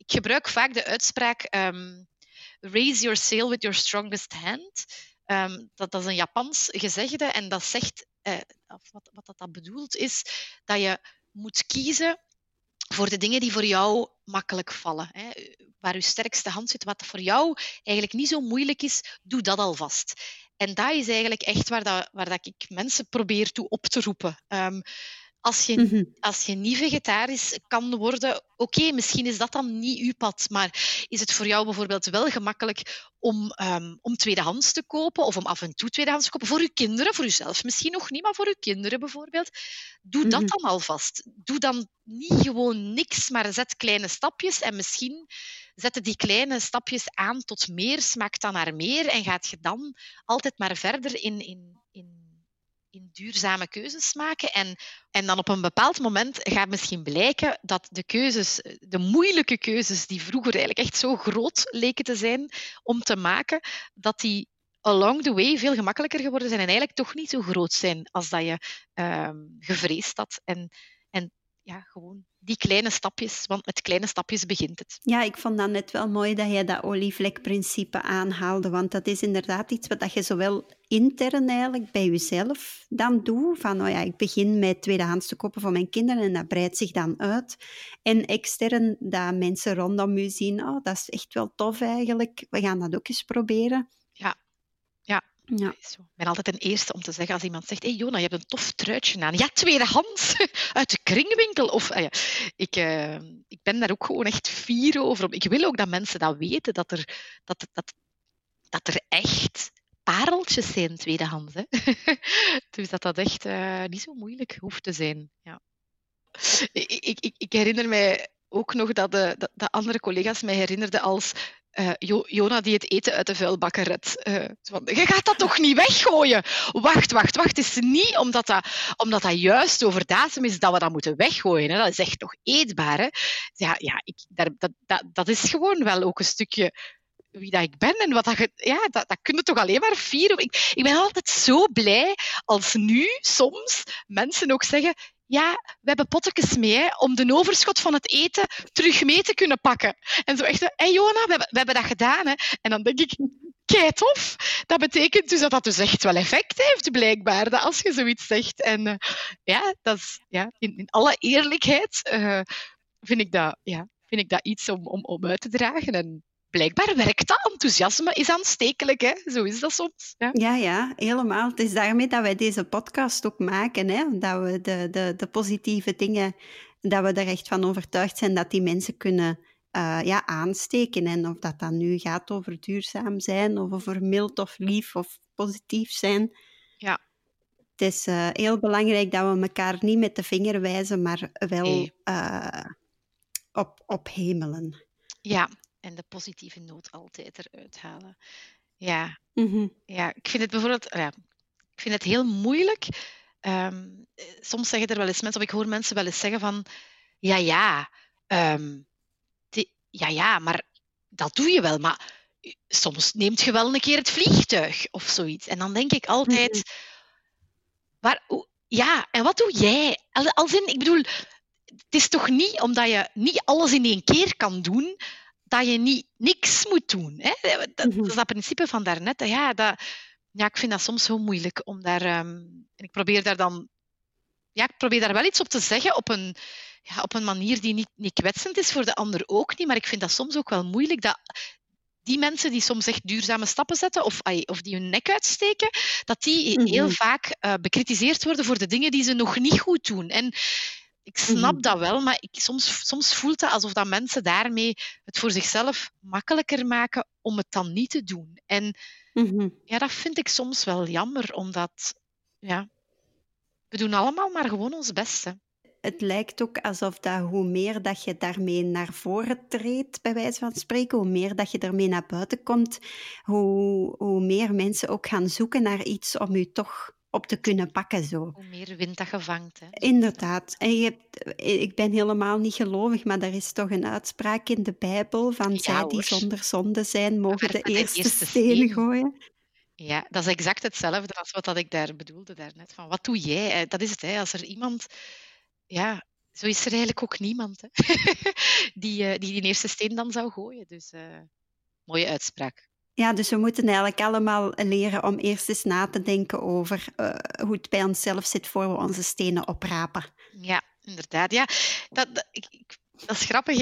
Ik gebruik vaak de uitspraak raise your sail with your strongest hand. Dat is een Japans gezegde en dat zegt, wat dat bedoelt, is dat je moet kiezen voor de dingen die voor jou makkelijk vallen. Hè. Waar je sterkste hand zit, wat voor jou eigenlijk niet zo moeilijk is, doe dat alvast. En dat is eigenlijk echt waar dat ik mensen probeer toe op te roepen. Als je niet vegetarisch kan worden, oké, misschien is dat dan niet uw pad, maar is het voor jou bijvoorbeeld wel gemakkelijk om tweedehands te kopen of om af en toe tweedehands te kopen voor uw kinderen, voor uzelf misschien nog niet, maar voor uw kinderen bijvoorbeeld? Doe dat dan alvast. Doe dan niet gewoon niks, maar zet kleine stapjes en misschien zetten die kleine stapjes aan tot meer, smaakt dan naar meer en gaat je dan altijd maar verder in duurzame keuzes maken. En dan op een bepaald moment gaat misschien blijken dat de moeilijke keuzes, die vroeger eigenlijk echt zo groot leken te zijn om te maken, dat die along the way veel gemakkelijker geworden zijn en eigenlijk toch niet zo groot zijn als dat je gevreesd had. En ja, gewoon die kleine stapjes, want met kleine stapjes begint het. Ja, ik vond dat net wel mooi dat jij dat olievlekprincipe aanhaalde, want dat is inderdaad iets wat je zowel intern eigenlijk bij jezelf dan doet, van ik begin met tweedehands te kopen voor mijn kinderen en dat breidt zich dan uit. En extern, dat mensen rondom je zien, dat is echt wel tof eigenlijk, we gaan dat ook eens proberen. Ja. Ik ben altijd een eerste om te zeggen als iemand zegt, hey Jona, je hebt een tof truitje aan. Ja, tweedehands, uit de kringwinkel. Of, ik ben daar ook gewoon echt fier over. Ik wil ook dat mensen dat weten, dat er echt pareltjes zijn tweedehands. Hè. Dus dat echt niet zo moeilijk hoeft te zijn. Ja. Ik herinner mij ook nog dat de andere collega's mij herinnerden als Jona die het eten uit de vuilbakken redt. Je gaat dat toch niet weggooien? Wacht. Het is niet omdat dat juist over datum is dat we dat moeten weggooien. Hè. Dat is echt nog eetbaar. Hè. Dat is gewoon wel ook een stukje wie dat ik ben en dat kun je toch alleen maar vieren. Ik ben altijd zo blij als nu soms mensen ook zeggen, ja, we hebben pottekens mee om de overschot van het eten terug mee te kunnen pakken. En zo echt, hé Jona, we hebben dat gedaan. Hè. En dan denk ik, kei tof. Dat betekent dus dat dat dus echt wel effect heeft, blijkbaar, dat als je zoiets zegt. En dat is, in alle eerlijkheid vind ik dat iets om uit te dragen. En blijkbaar werkt dat. Enthousiasme is aanstekelijk, hè? Zo is dat soms. Ja, helemaal. Het is daarmee dat wij deze podcast ook maken, hè? Dat we de positieve dingen, dat we er echt van overtuigd zijn dat die mensen kunnen aansteken. En of dat dan nu gaat over duurzaam zijn, of over mild of lief of positief zijn. Ja. Het is heel belangrijk dat we elkaar niet met de vinger wijzen, maar wel ophemelen. Ja. En de positieve noot altijd eruit halen. Ja. Ja, ik vind het bijvoorbeeld... ik vind het heel moeilijk. Soms zeggen er wel eens mensen... Of ik hoor mensen wel eens zeggen van... maar dat doe je wel. Maar soms neemt je wel een keer het vliegtuig. Of zoiets. En dan denk ik altijd... en wat doe jij? Ik bedoel... Het is toch niet omdat je niet alles in één keer kan doen... dat je niks moet doen. Hè? Dat is dat principe van daarnet. Ik vind dat soms zo moeilijk om daar... en ik probeer daar dan... Ja, ik probeer daar wel iets op te zeggen op een manier die niet kwetsend is voor de ander ook niet, maar ik vind dat soms ook wel moeilijk dat die mensen die soms echt duurzame stappen zetten of die hun nek uitsteken, dat die heel vaak bekritiseerd worden voor de dingen die ze nog niet goed doen. En ik snap dat wel, maar soms voelt het alsof dat mensen daarmee het voor zichzelf makkelijker maken om het dan niet te doen. En dat vind ik soms wel jammer, omdat we doen allemaal maar gewoon ons beste. Het lijkt ook alsof dat hoe meer dat je daarmee naar voren treedt, bij wijze van spreken, hoe meer dat je ermee naar buiten komt, hoe meer mensen ook gaan zoeken naar iets om je toch op te kunnen pakken. Zo. Hoe meer wind dat je vangt. Hè. Inderdaad. En ik ben helemaal niet gelovig, maar er is toch een uitspraak in de Bijbel van zij die zonder zonde zijn, mogen de eerste steen gooien. Ja, dat is exact hetzelfde als wat ik daar bedoelde daarnet. Van, wat doe jij? Dat is het. Hè. Als er iemand zo is er eigenlijk ook niemand hè, die eerste steen dan zou gooien. Dus mooie uitspraak. Ja, dus we moeten eigenlijk allemaal leren om eerst eens na te denken over hoe het bij onszelf zit voor we onze stenen oprapen. Ja, inderdaad. Ja, dat is grappig.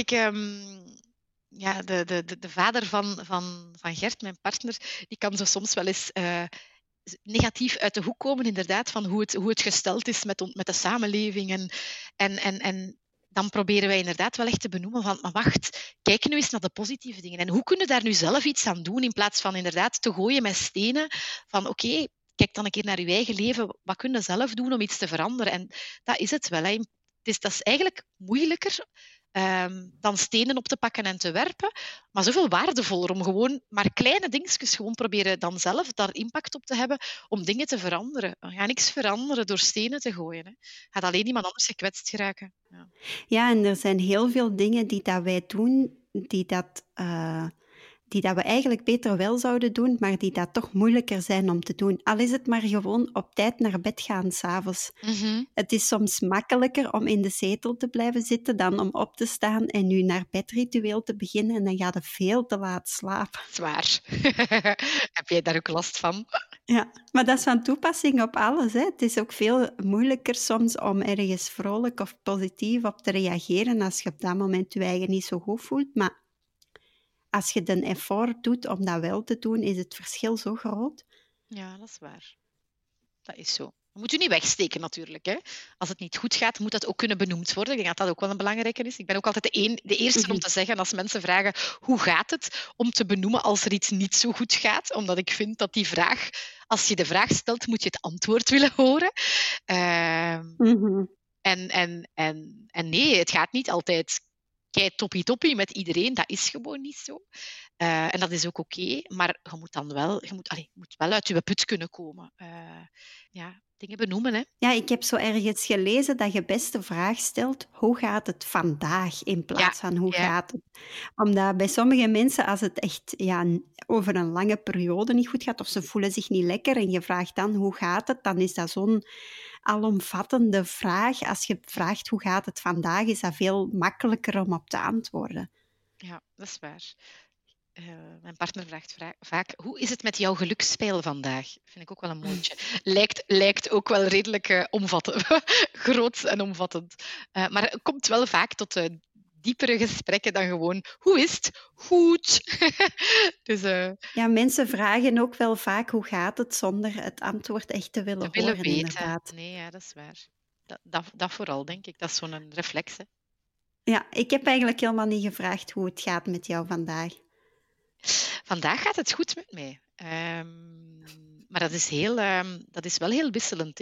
De vader van Gert, mijn partner, die kan zo soms wel eens negatief uit de hoek komen, inderdaad, van hoe het gesteld is met de samenleving. En dan proberen wij inderdaad wel echt te benoemen van, maar wacht, kijk nu eens naar de positieve dingen. En hoe kun je daar nu zelf iets aan doen, in plaats van inderdaad te gooien met stenen, van oké, kijk dan een keer naar je eigen leven, wat kun je zelf doen om iets te veranderen? En dat is het wel. Hè. Dat is eigenlijk moeilijker dan stenen op te pakken en te werpen, maar zoveel waardevoller om gewoon maar kleine dingetjes gewoon proberen dan zelf daar impact op te hebben om dingen te veranderen. We gaan niks veranderen door stenen te gooien. Hè. Gaat alleen iemand anders gekwetst geraken. Ja. Ja, en er zijn heel veel dingen die dat wij doen, die dat we eigenlijk beter wel zouden doen, maar die dat toch moeilijker zijn om te doen. Al is het maar gewoon op tijd naar bed gaan 's avonds. Mm-hmm. Het is soms makkelijker om in de zetel te blijven zitten dan om op te staan en nu naar bedritueel te beginnen en dan gaat het veel te laat slapen. Zwaar. Heb jij daar ook last van? Ja, maar dat is van toepassing op alles. Hè. Het is ook veel moeilijker soms om ergens vrolijk of positief op te reageren als je op dat moment je eigen niet zo goed voelt. Maar als je de effort doet om dat wel te doen, is het verschil zo groot. Ja, dat is waar. Dat is zo. Je moet je niet wegsteken natuurlijk. Hè. Als het niet goed gaat, moet dat ook kunnen benoemd worden. Ik denk dat dat ook wel een belangrijke is. Ik ben ook altijd de eerste om te zeggen, als mensen vragen hoe gaat het, om te benoemen als er iets niet zo goed gaat. Omdat ik vind dat die vraag, als je de vraag stelt, moet je het antwoord willen horen. En nee, het gaat niet altijd kei toppie met iedereen. Dat is gewoon niet zo. En dat is ook oké. Maar je moet dan wel, moet wel uit je put kunnen komen. Dingen benoemen. Hè. Ja, ik heb zo ergens gelezen dat je best de vraag stelt, hoe gaat het vandaag, in plaats van hoe gaat het? Omdat bij sommige mensen, als het echt over een lange periode niet goed gaat, of ze voelen zich niet lekker en je vraagt dan, hoe gaat het? Dan is dat zo'n alomvattende vraag. Als je vraagt, hoe gaat het vandaag, is dat veel makkelijker om op te antwoorden. Ja, dat is waar. Mijn partner vraagt vaak, hoe is het met jouw gelukspeil vandaag? Vind ik ook wel een mooitje. Lijkt ook wel redelijk omvattend. Groot en omvattend. Maar het komt wel vaak tot diepere gesprekken dan gewoon, hoe is het? Goed. Dus, ja, mensen vragen ook wel vaak, hoe gaat het, zonder het antwoord echt te willen horen. Weten. Inderdaad. Nee, ja, dat is waar. Dat vooral, denk ik. Dat is zo'n reflex. Hè. Ja, ik heb eigenlijk helemaal niet gevraagd hoe het gaat met jou vandaag. Vandaag gaat het goed met mij. Maar dat is wel heel wisselend.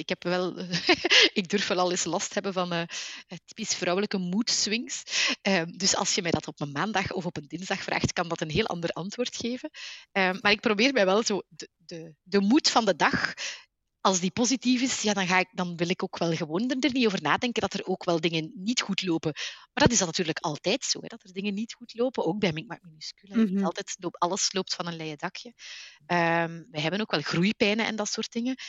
Ik durf wel al eens last hebben van typisch vrouwelijke mood swings. Dus als je mij dat op een maandag of op een dinsdag vraagt, kan dat een heel ander antwoord geven. Maar ik probeer mij wel zo de mood van de dag, als die positief is, dan wil ik ook wel gewoon er niet over nadenken dat er ook wel dingen niet goed lopen. Maar dat is dan natuurlijk altijd zo, hè, dat er dingen niet goed lopen. Ook bij Micmac Minuscule. Mhm. Alles loopt van een leien dakje. We hebben ook wel groeipijnen en dat soort dingen.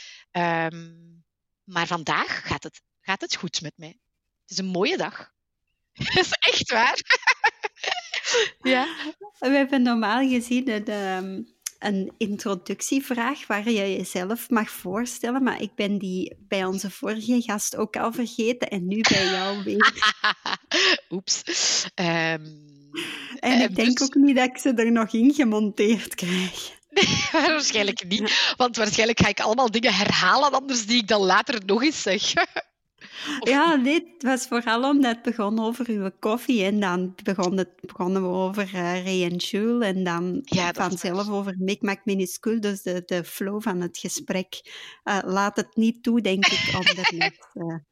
Maar vandaag gaat het goed met mij. Het is een mooie dag. Dat is echt waar. Ja. We hebben normaal gezien een introductievraag waar je jezelf mag voorstellen, maar ik ben die bij onze vorige gast ook al vergeten en nu bij jou weer. Oeps. En ik denk ook niet dat ik ze er nog in gemonteerd krijg. Nee, waarschijnlijk niet. Want waarschijnlijk ga ik allemaal dingen herhalen, anders die ik dan later nog eens zeg. Ja, nee, het was vooral omdat het begon over uw koffie en dan begonnen we over Ray en Jules en dan vanzelf over Micmac Minuscule. Dus de flow van het gesprek laat het niet toe, denk ik, om daarnet...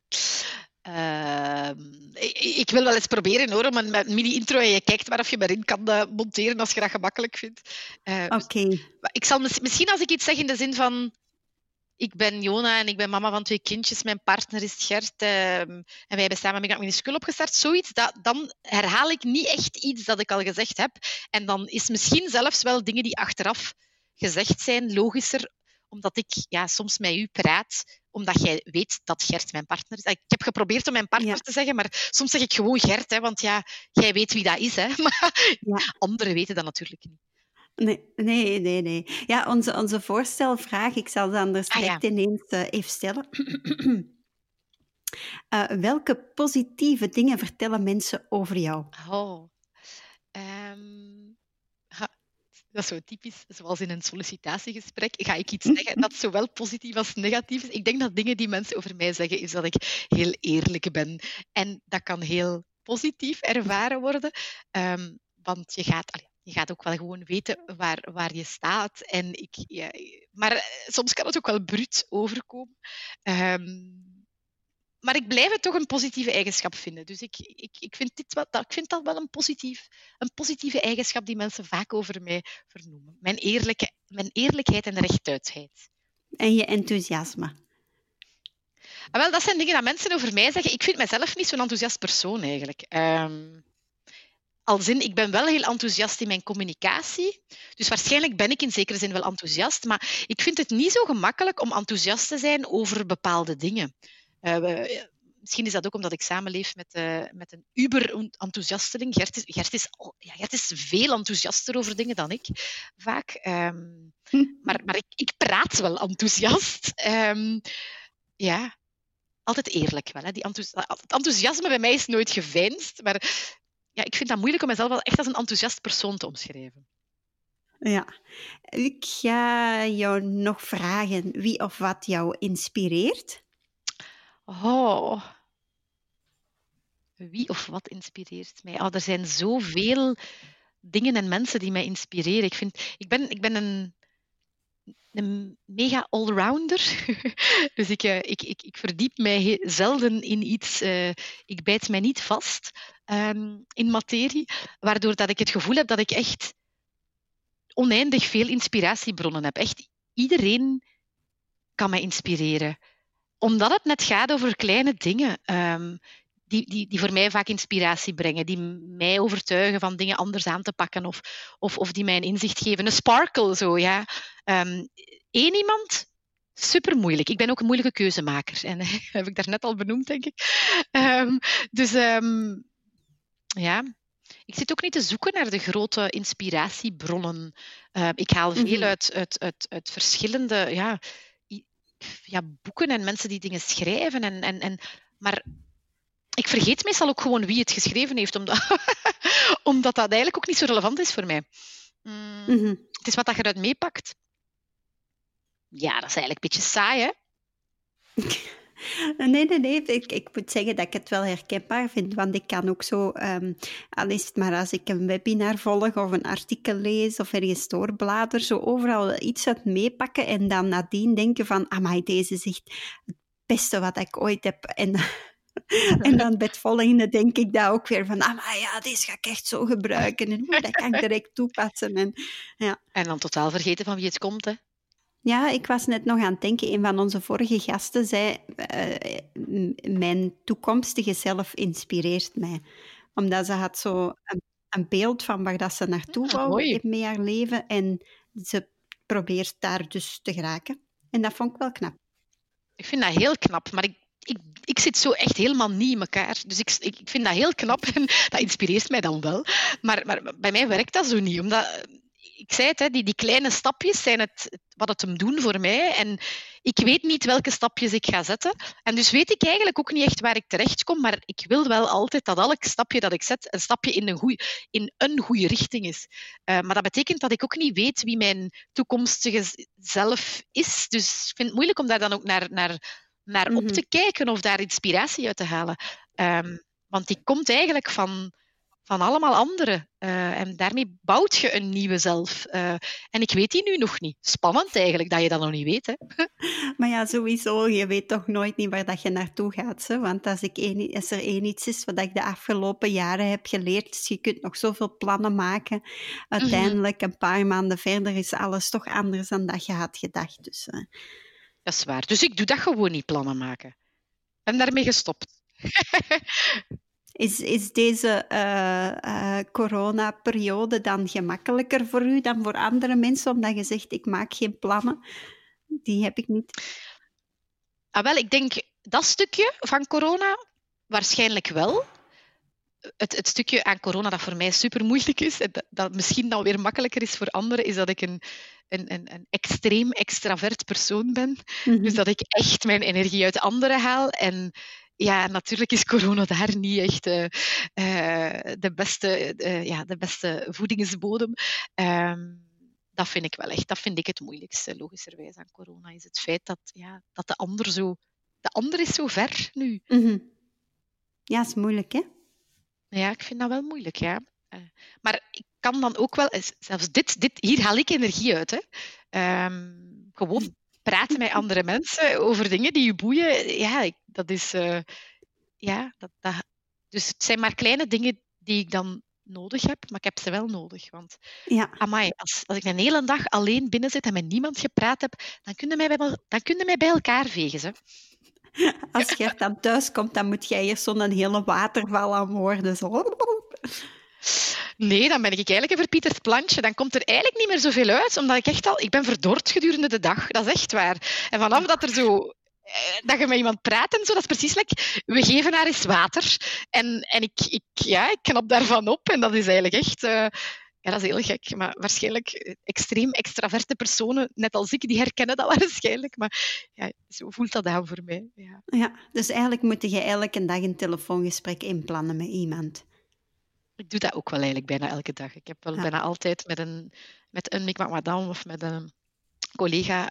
Ik wil wel eens proberen hoor, om een mini-intro en je kijkt maar of je me erin kan monteren als je dat gemakkelijk vindt. Oké. Ik zal misschien als ik iets zeg in de zin van... Ik ben Jona en ik ben mama van 2 kindjes. Mijn partner is Gert. En wij hebben samen Micmac Minuscule opgestart. Zoiets, dan herhaal ik niet echt iets dat ik al gezegd heb. En dan is misschien zelfs wel dingen die achteraf gezegd zijn logischer omdat ik soms met u praat, omdat jij weet dat Gert mijn partner is. Ik heb geprobeerd om mijn partner te zeggen, maar soms zeg ik gewoon Gert, hè, want jij weet wie dat is. Hè, maar anderen weten dat natuurlijk niet. Nee. Ja, onze voorstelvraag, ik zal ze anders direct ineens even stellen. Welke positieve dingen vertellen mensen over jou? Dat is zo typisch, zoals in een sollicitatiegesprek, ga ik iets zeggen dat zowel positief als negatief is. Ik denk dat dingen die mensen over mij zeggen, is dat ik heel eerlijk ben. En dat kan heel positief ervaren worden, want je gaat ook wel gewoon weten waar je staat. Maar soms kan het ook wel bruut overkomen. Maar ik blijf het toch een positieve eigenschap vinden. Dus ik vind dat wel een positieve eigenschap die mensen vaak over mij vernoemen. Mijn eerlijkheid en rechtuitheid. En je enthousiasme. Wel, dat zijn dingen dat mensen over mij zeggen. Ik vind mezelf niet zo'n enthousiast persoon eigenlijk. Ik ben wel heel enthousiast in mijn communicatie. Dus waarschijnlijk ben ik in zekere zin wel enthousiast. Maar ik vind het niet zo gemakkelijk om enthousiast te zijn over bepaalde dingen. Misschien is dat ook omdat ik samenleef met een uber-enthousiasteling. Gert is veel enthousiaster over dingen dan ik, vaak. Maar ik praat wel enthousiast. Altijd eerlijk wel. Hè. Het enthousiasme bij mij is nooit geveinsd. Maar ik vind dat moeilijk om mezelf wel echt als een enthousiast persoon te omschrijven. Ja. Ik ga jou nog vragen wie of wat jou inspireert. Wie of wat inspireert mij? Er zijn zoveel dingen en mensen die mij inspireren. Ik ben een mega allrounder. Dus ik verdiep mij zelden in iets. Ik bijt mij niet vast in materie, waardoor dat ik het gevoel heb dat ik echt oneindig veel inspiratiebronnen heb. Echt iedereen kan mij inspireren. Omdat het net gaat over kleine dingen die voor mij vaak inspiratie brengen, die mij overtuigen van dingen anders aan te pakken of die mij een inzicht geven. Een sparkle, zo, ja. Eén iemand, super moeilijk. Ik ben ook een moeilijke keuzemaker. En dat heb ik daarnet al benoemd, denk ik. Ik zit ook niet te zoeken naar de grote inspiratiebronnen. Ik haal veel uit verschillende boeken en mensen die dingen schrijven. Maar ik vergeet meestal ook gewoon wie het geschreven heeft, omdat dat eigenlijk ook niet zo relevant is voor mij. Het is wat dat je eruit meepakt. Ja, dat is eigenlijk een beetje saai, hè? Nee. Ik moet zeggen dat ik het wel herkenbaar vind, want ik kan ook zo, al is het maar als ik een webinar volg of een artikel lees of ergens doorblader, zo overal iets uit meepakken en dan nadien denken van, amai, deze is echt het beste wat ik ooit heb. En dan bij het volgende denk ik dat ook weer van, deze ga ik echt zo gebruiken en dat kan ik direct toepassen. En dan totaal vergeten van wie het komt, hè? Ja, ik was net nog aan het denken. Een van onze vorige gasten zei, mijn toekomstige zelf inspireert mij. Omdat ze had zo een beeld van waar dat ze naartoe wou met haar leven. En ze probeert daar dus te geraken. En dat vond ik wel knap. Ik vind dat heel knap, maar ik zit zo echt helemaal niet in elkaar. Dus ik vind dat heel knap en dat inspireert mij dan wel. Maar bij mij werkt dat zo niet, omdat... Ik zei het, die kleine stapjes zijn wat het hem doen voor mij. En ik weet niet welke stapjes ik ga zetten. En dus weet ik eigenlijk ook niet echt waar ik terechtkom. Maar ik wil wel altijd dat elk stapje dat ik zet, een stapje in een goede richting is. Maar dat betekent dat ik ook niet weet wie mijn toekomstige zelf is. Dus ik vind het moeilijk om daar dan ook naar op te kijken of daar inspiratie uit te halen. Want die komt eigenlijk van allemaal anderen. En daarmee bouwt je een nieuwe zelf. En ik weet die nu nog niet. Spannend eigenlijk, dat je dat nog niet weet. Hè? Maar ja, sowieso, je weet toch nooit niet waar dat je naartoe gaat. Hè? Want als er één iets is wat ik de afgelopen jaren heb geleerd, is je kunt nog zoveel plannen maken. Uiteindelijk, een paar maanden verder, is alles toch anders dan dat je had gedacht. Dus, dat is waar. Dus ik doe dat gewoon niet, plannen maken. Ik ben daarmee gestopt. Is deze coronaperiode dan gemakkelijker voor u dan voor andere mensen, omdat je zegt, ik maak geen plannen? Die heb ik niet. Wel, ik denk dat stukje van corona waarschijnlijk wel. Het stukje aan corona dat voor mij super moeilijk is, en dat misschien dan weer makkelijker is voor anderen, is dat ik een extreem extravert persoon ben. Dus dat ik echt mijn energie uit anderen haal. En ja, natuurlijk is corona daar niet echt de beste voedingsbodem. Dat vind ik wel echt. Dat vind ik het moeilijkste, logischerwijs, aan corona. Is het feit dat de ander zo... De ander is zo ver nu. Ja, is moeilijk, hè? Ja, ik vind dat wel moeilijk, ja. Maar ik kan dan ook wel... Zelfs hier haal ik energie uit, hè. Gewoon praten met andere mensen over dingen die je boeien. Ja, dat is... Dus het zijn maar kleine dingen die ik dan nodig heb, maar ik heb ze wel nodig. Want amai, als ik een hele dag alleen binnen zit en met niemand gepraat heb, dan kun je mij bij elkaar vegen. Hè. Als je dan thuis komt, dan moet jij eerst zo'n hele waterval aan worden. Zo. Nee, dan ben ik eigenlijk een verpieterd plantje. Dan komt er eigenlijk niet meer zoveel uit, omdat ik ben verdord gedurende de dag. Dat is echt waar. En vanaf dat je met iemand praat en zo, dat is precies we geven haar eens water. En ik knap daarvan op. En dat is eigenlijk echt... dat is heel gek. Maar waarschijnlijk extreem extraverte personen, net als ik, die herkennen dat waarschijnlijk. Maar ja, zo voelt dat aan voor mij. Ja, dus eigenlijk moet je elke dag een telefoongesprek inplannen met iemand. Ik doe dat ook wel eigenlijk bijna elke dag. Ik heb wel bijna altijd met een Micmac Madame of met een collega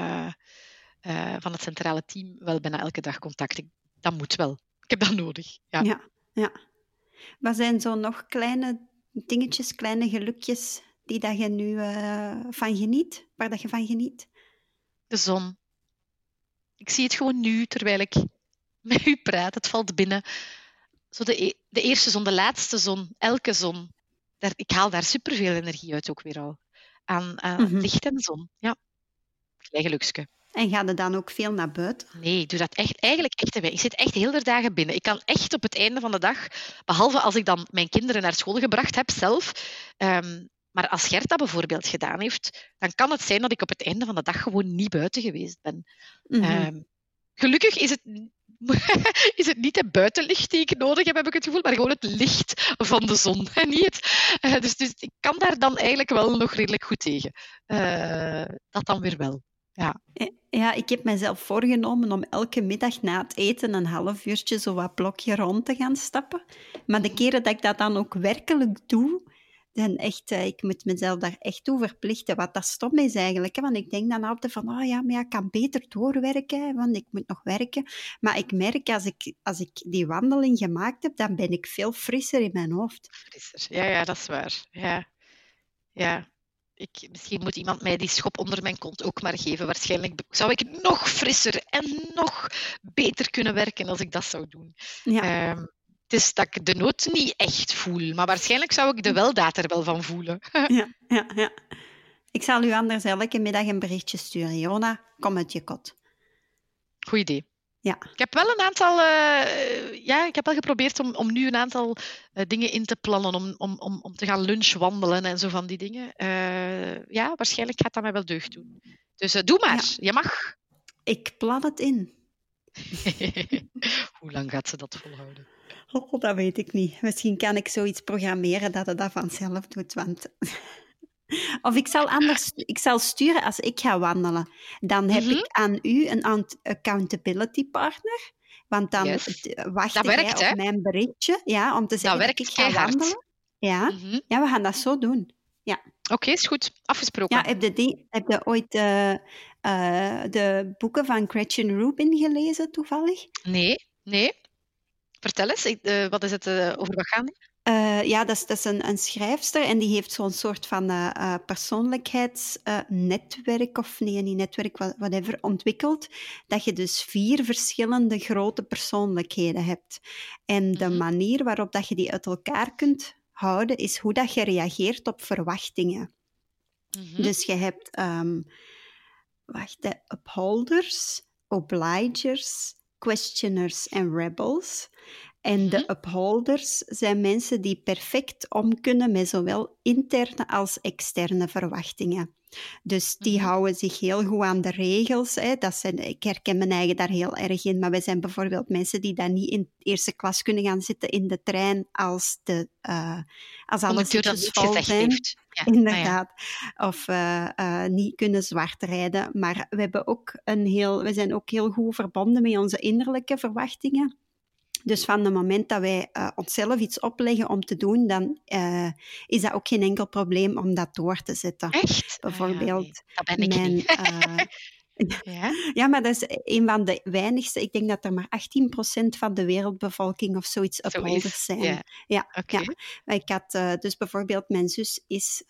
van het centrale team wel bijna elke dag contact. Dat moet wel. Ik heb dat nodig. Ja. Wat zijn zo nog kleine dingetjes, kleine gelukjes die dat je nu van geniet? Waar dat je van geniet? De zon. Ik zie het gewoon nu, terwijl ik met u praat. Het valt binnen. Zo de eerste zon, de laatste zon, elke zon. Ik haal daar superveel energie uit ook weer al. Aan licht en zon. Ja. Klein geluksje. En ga je dan ook veel naar buiten? Nee, ik doe dat eigenlijk echt te weinig. Ik zit echt heel de dagen binnen. Ik kan echt op het einde van de dag, behalve als ik dan mijn kinderen naar school gebracht heb zelf, maar als Gert dat bijvoorbeeld gedaan heeft, dan kan het zijn dat ik op het einde van de dag gewoon niet buiten geweest ben. Gelukkig is het niet het buitenlicht die ik nodig heb ik het gevoel, maar gewoon het licht van de zon. En niet dus ik kan daar dan eigenlijk wel nog redelijk goed tegen. Dat dan weer wel. Ja, ik heb mezelf voorgenomen om elke middag na het eten een half uurtje zo wat blokje rond te gaan stappen. Maar de keren dat ik dat dan ook werkelijk doe, dan echt, ik moet mezelf daar echt toe verplichten. Wat dat stom is eigenlijk. Hè? Want ik denk dan altijd van, maar ik kan beter doorwerken, want ik moet nog werken. Maar ik merk, als ik die wandeling gemaakt heb, dan ben ik veel frisser in mijn hoofd. Frisser, ja, dat is waar. Ja. Misschien moet iemand mij die schop onder mijn kont ook maar geven. Waarschijnlijk zou ik nog frisser en nog beter kunnen werken als ik dat zou doen. Ja. Het is dat ik de nood niet echt voel, maar waarschijnlijk zou ik de weldaad er wel van voelen. Ja. Ik zal u anders elke middag een berichtje sturen. Jona, kom uit je kot. Goed idee. Ja. Ik heb wel een aantal... ik heb wel geprobeerd om nu een aantal dingen in te plannen, om te gaan lunchwandelen en zo van die dingen. Waarschijnlijk gaat dat mij wel deugd doen. Dus doe maar, je mag. Ik plan het in. Hoe lang gaat ze dat volhouden? Oh, dat weet ik niet. Misschien kan ik zoiets programmeren dat het dat vanzelf doet, want... Of ik zal sturen als ik ga wandelen. Dan heb ik aan u een accountability partner. Want dan wacht jij op mijn berichtje. Ja, om te zeggen dat ik ga wandelen. Ja. Ja, we gaan dat zo doen. Ja. Oké, is goed. Afgesproken. Ja, heb je ooit de boeken van Gretchen Rubin gelezen, toevallig? Nee. Vertel eens, wat is het, over wat gaan die? Dat is een schrijfster en die heeft zo'n soort van persoonlijkheidsnetwerk, of nee, niet netwerk, whatever, ontwikkeld, dat je dus 4 verschillende grote persoonlijkheden hebt. En de manier waarop dat je die uit elkaar kunt houden, is hoe dat je reageert op verwachtingen. Dus je hebt de upholders, obligers, questioners en rebels. En de upholders zijn mensen die perfect om kunnen met zowel interne als externe verwachtingen. Dus die houden zich heel goed aan de regels. Hè. Ik herken mijn eigen daar heel erg in. Maar wij zijn bijvoorbeeld mensen die dan niet in eerste klas kunnen gaan zitten in de trein als alle zitjes vol zijn. Ja. Inderdaad. Of niet kunnen zwart rijden. Maar we zijn ook heel goed verbonden met onze innerlijke verwachtingen. Dus van het moment dat wij onszelf iets opleggen om te doen, dan is dat ook geen enkel probleem om dat door te zetten. Echt? Bijvoorbeeld nee. Dat ben ik niet. Ja, maar dat is een van de weinigste. Ik denk dat er maar 18% van de wereldbevolking of zoiets upholders zijn. Ja. Okay. Ja. Ik had dus bijvoorbeeld, mijn zus is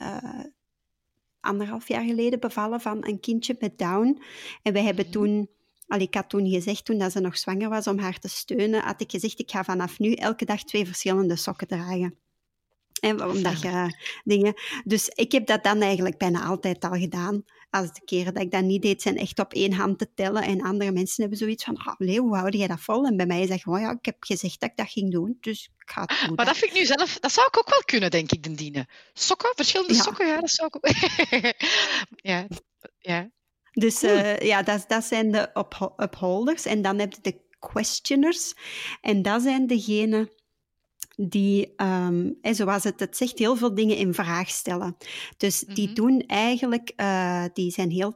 1,5 jaar geleden bevallen van een kindje met Down. En wij hebben toen... Ik had toen gezegd, toen dat ze nog zwanger was, om haar te steunen, had ik gezegd, ik ga vanaf nu elke dag 2 verschillende sokken dragen. Omdat je dingen... Dus ik heb dat dan eigenlijk bijna altijd al gedaan. Als de keren dat ik dat niet deed, zijn echt op 1 hand te tellen. En andere mensen hebben zoiets van, hoe hou jij dat vol? En bij mij is dat gewoon, ik heb gezegd dat ik dat ging doen, dus ik ga het doen. Maar dat vind ik nu zelf... Dat zou ik ook wel kunnen, denk ik, Dine. Sokken, verschillende sokken, ja, dat zou ik ook... ja. Dus dat zijn de upholders. En dan heb je de questioners. En dat zijn degenen die, zoals het zegt, heel veel dingen in vraag stellen. Dus die doen eigenlijk... die zijn heel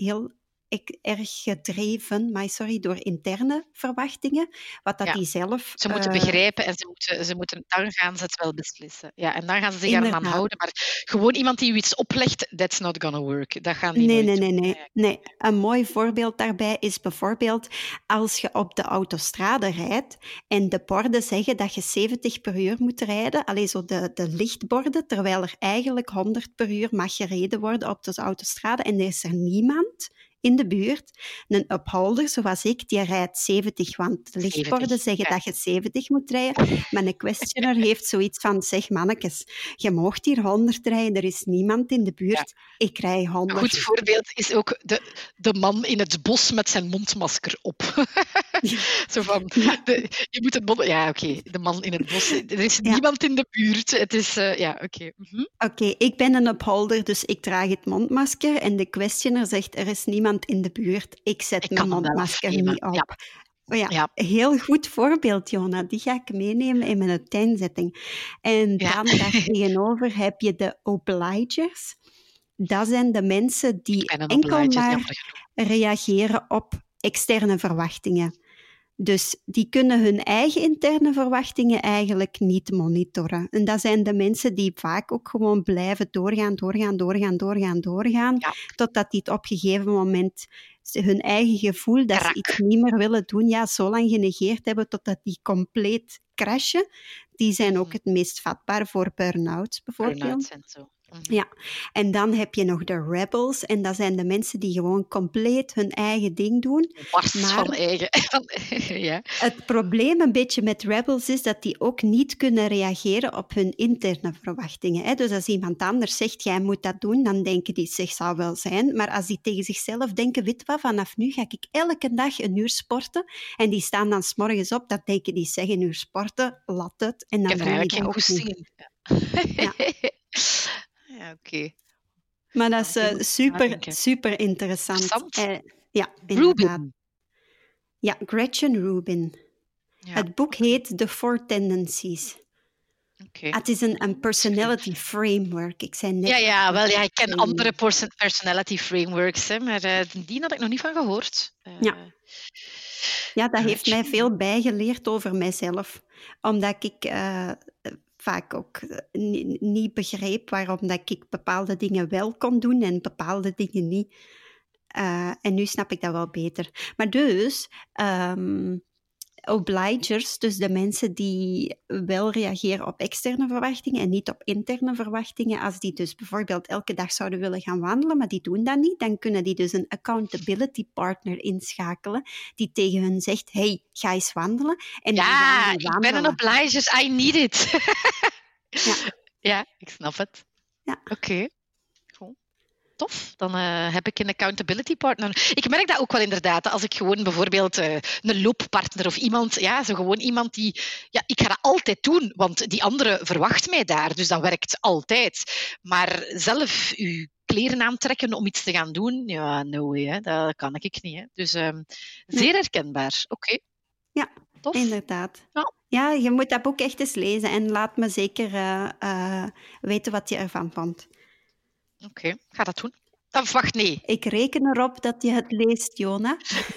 erg gedreven, door interne verwachtingen. Wat dat die zelf... Ze moeten begrijpen en dan gaan ze het wel beslissen. Ja, en dan gaan ze zich eraan houden. Maar gewoon iemand die u iets oplegt, that's not gonna work. Dat gaan die nooit doen. Nee. Een mooi voorbeeld daarbij is bijvoorbeeld als je op de autostrade rijdt en de borden zeggen dat je 70 per uur moet rijden. Zo de lichtborden, terwijl er eigenlijk 100 per uur mag gereden worden op de autostrade. En er is er niemand in de buurt. Een upholder, zoals ik, die rijdt 70, want de lichtborden zeggen dat je 70 moet rijden. Maar een questioner heeft zoiets van, zeg mannetjes, je mag hier 100 rijden, er is niemand in de buurt, ik rij 100. Een goed voorbeeld is ook de man in het bos met zijn mondmasker op. Zo van, je moet het mond... Ja, oké, de man in het bos. Er is niemand in de buurt. Het is... oké. Oké, ik ben een upholder, dus ik draag het mondmasker en de questioner zegt, er is niemand in de buurt. Ik zet mijn mondmasker niet op. Ja. Heel goed voorbeeld, Jona. Die ga ik meenemen in mijn tuinzetting. En dan daar tegenover heb je de obligers. Dat zijn de mensen die enkel maar reageren op externe verwachtingen. Dus die kunnen hun eigen interne verwachtingen eigenlijk niet monitoren. En dat zijn de mensen die vaak ook gewoon blijven doorgaan, totdat die het op een gegeven moment hun eigen gevoel dat ze iets niet meer willen doen, zo lang genegeerd hebben totdat die compleet crashen. Die zijn ook het meest vatbaar voor burn-outs, bijvoorbeeld. Burn-outs en zo. Ja, en dan heb je nog de rebels. En dat zijn de mensen die gewoon compleet hun eigen ding doen. Van eigen. Het probleem een beetje met rebels is dat die ook niet kunnen reageren op hun interne verwachtingen. Hè? Dus als iemand anders zegt, jij moet dat doen, dan denken die, zeg, zal wel zijn. Maar als die tegen zichzelf denken, weet wat, vanaf nu ga ik elke dag 1 uur sporten. En die staan dan 's morgens op, dat denken die, zeg, 1 uur sporten, laat het. En dan doe je dat ook niet. Ja. Ja, oké. Maar dat is super interessant. Ja, Rubin. Ja, Gretchen Rubin. Ja. Het boek heet The 4 Tendencies. Okay. Het is een personality framework. Ik zei net... ik ken andere personality frameworks, hè, maar die had ik nog niet van gehoord. Ja, dat heeft mij veel bijgeleerd over mijzelf. Omdat ik... vaak ook niet begreep waarom dat ik bepaalde dingen wel kon doen en bepaalde dingen niet. En nu snap ik dat wel beter. Maar dus, obligers, dus de mensen die wel reageren op externe verwachtingen en niet op interne verwachtingen, als die dus bijvoorbeeld elke dag zouden willen gaan wandelen, maar die doen dat niet, dan kunnen die dus een accountability partner inschakelen die tegen hun zegt, hey, ga eens wandelen. En ik ben een obliger, I need it. Ja, ik snap het. Ja. Oké. Tof, dan heb ik een accountability partner. Ik merk dat ook wel inderdaad, als ik gewoon bijvoorbeeld een looppartner of iemand, zo gewoon iemand die, ik ga dat altijd doen, want die andere verwacht mij daar, dus dat werkt altijd. Maar zelf kleren aantrekken om iets te gaan doen. Ja, no way, hè. Dat kan ik niet. Hè. Dus zeer herkenbaar. Oké. Ja, tof. Inderdaad. Ja. Ja, je moet dat boek echt eens lezen en laat me zeker weten wat je ervan vond. Oké, ga dat doen. Wacht, nee. Ik reken erop dat je het leest, Jona.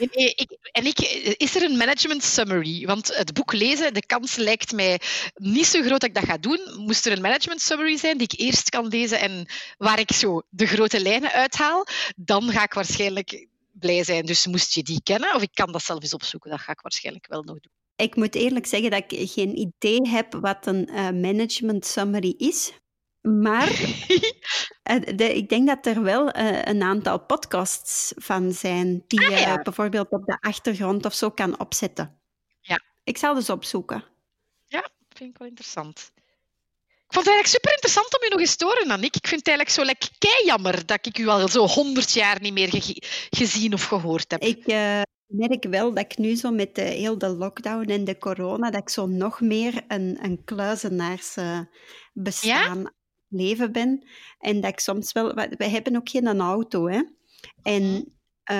Is er een management summary? Want het boek lezen, de kans lijkt mij niet zo groot dat ik dat ga doen. Moest er een management summary zijn die ik eerst kan lezen en waar ik zo de grote lijnen uithaal, dan ga ik waarschijnlijk blij zijn. Dus moest je die kennen, of ik kan dat zelf eens opzoeken, dat ga ik waarschijnlijk wel nog doen. Ik moet eerlijk zeggen dat ik geen idee heb wat een management summary is. Maar ik denk dat er wel een aantal podcasts van zijn die je bijvoorbeeld op de achtergrond of zo kan opzetten. Ja. Ik zal dus opzoeken. Ja, vind ik wel interessant. Ik vond het eigenlijk super interessant om je nog eens te horen, Annick. Ik vind het eigenlijk zo kei jammer dat ik u al zo 100 jaar niet meer gezien of gehoord heb. Ik merk wel dat ik nu zo met heel de lockdown en de corona, dat ik zo nog meer een kluizenaars bestaan leven ben. En dat ik soms wel... We hebben ook geen auto, hè. En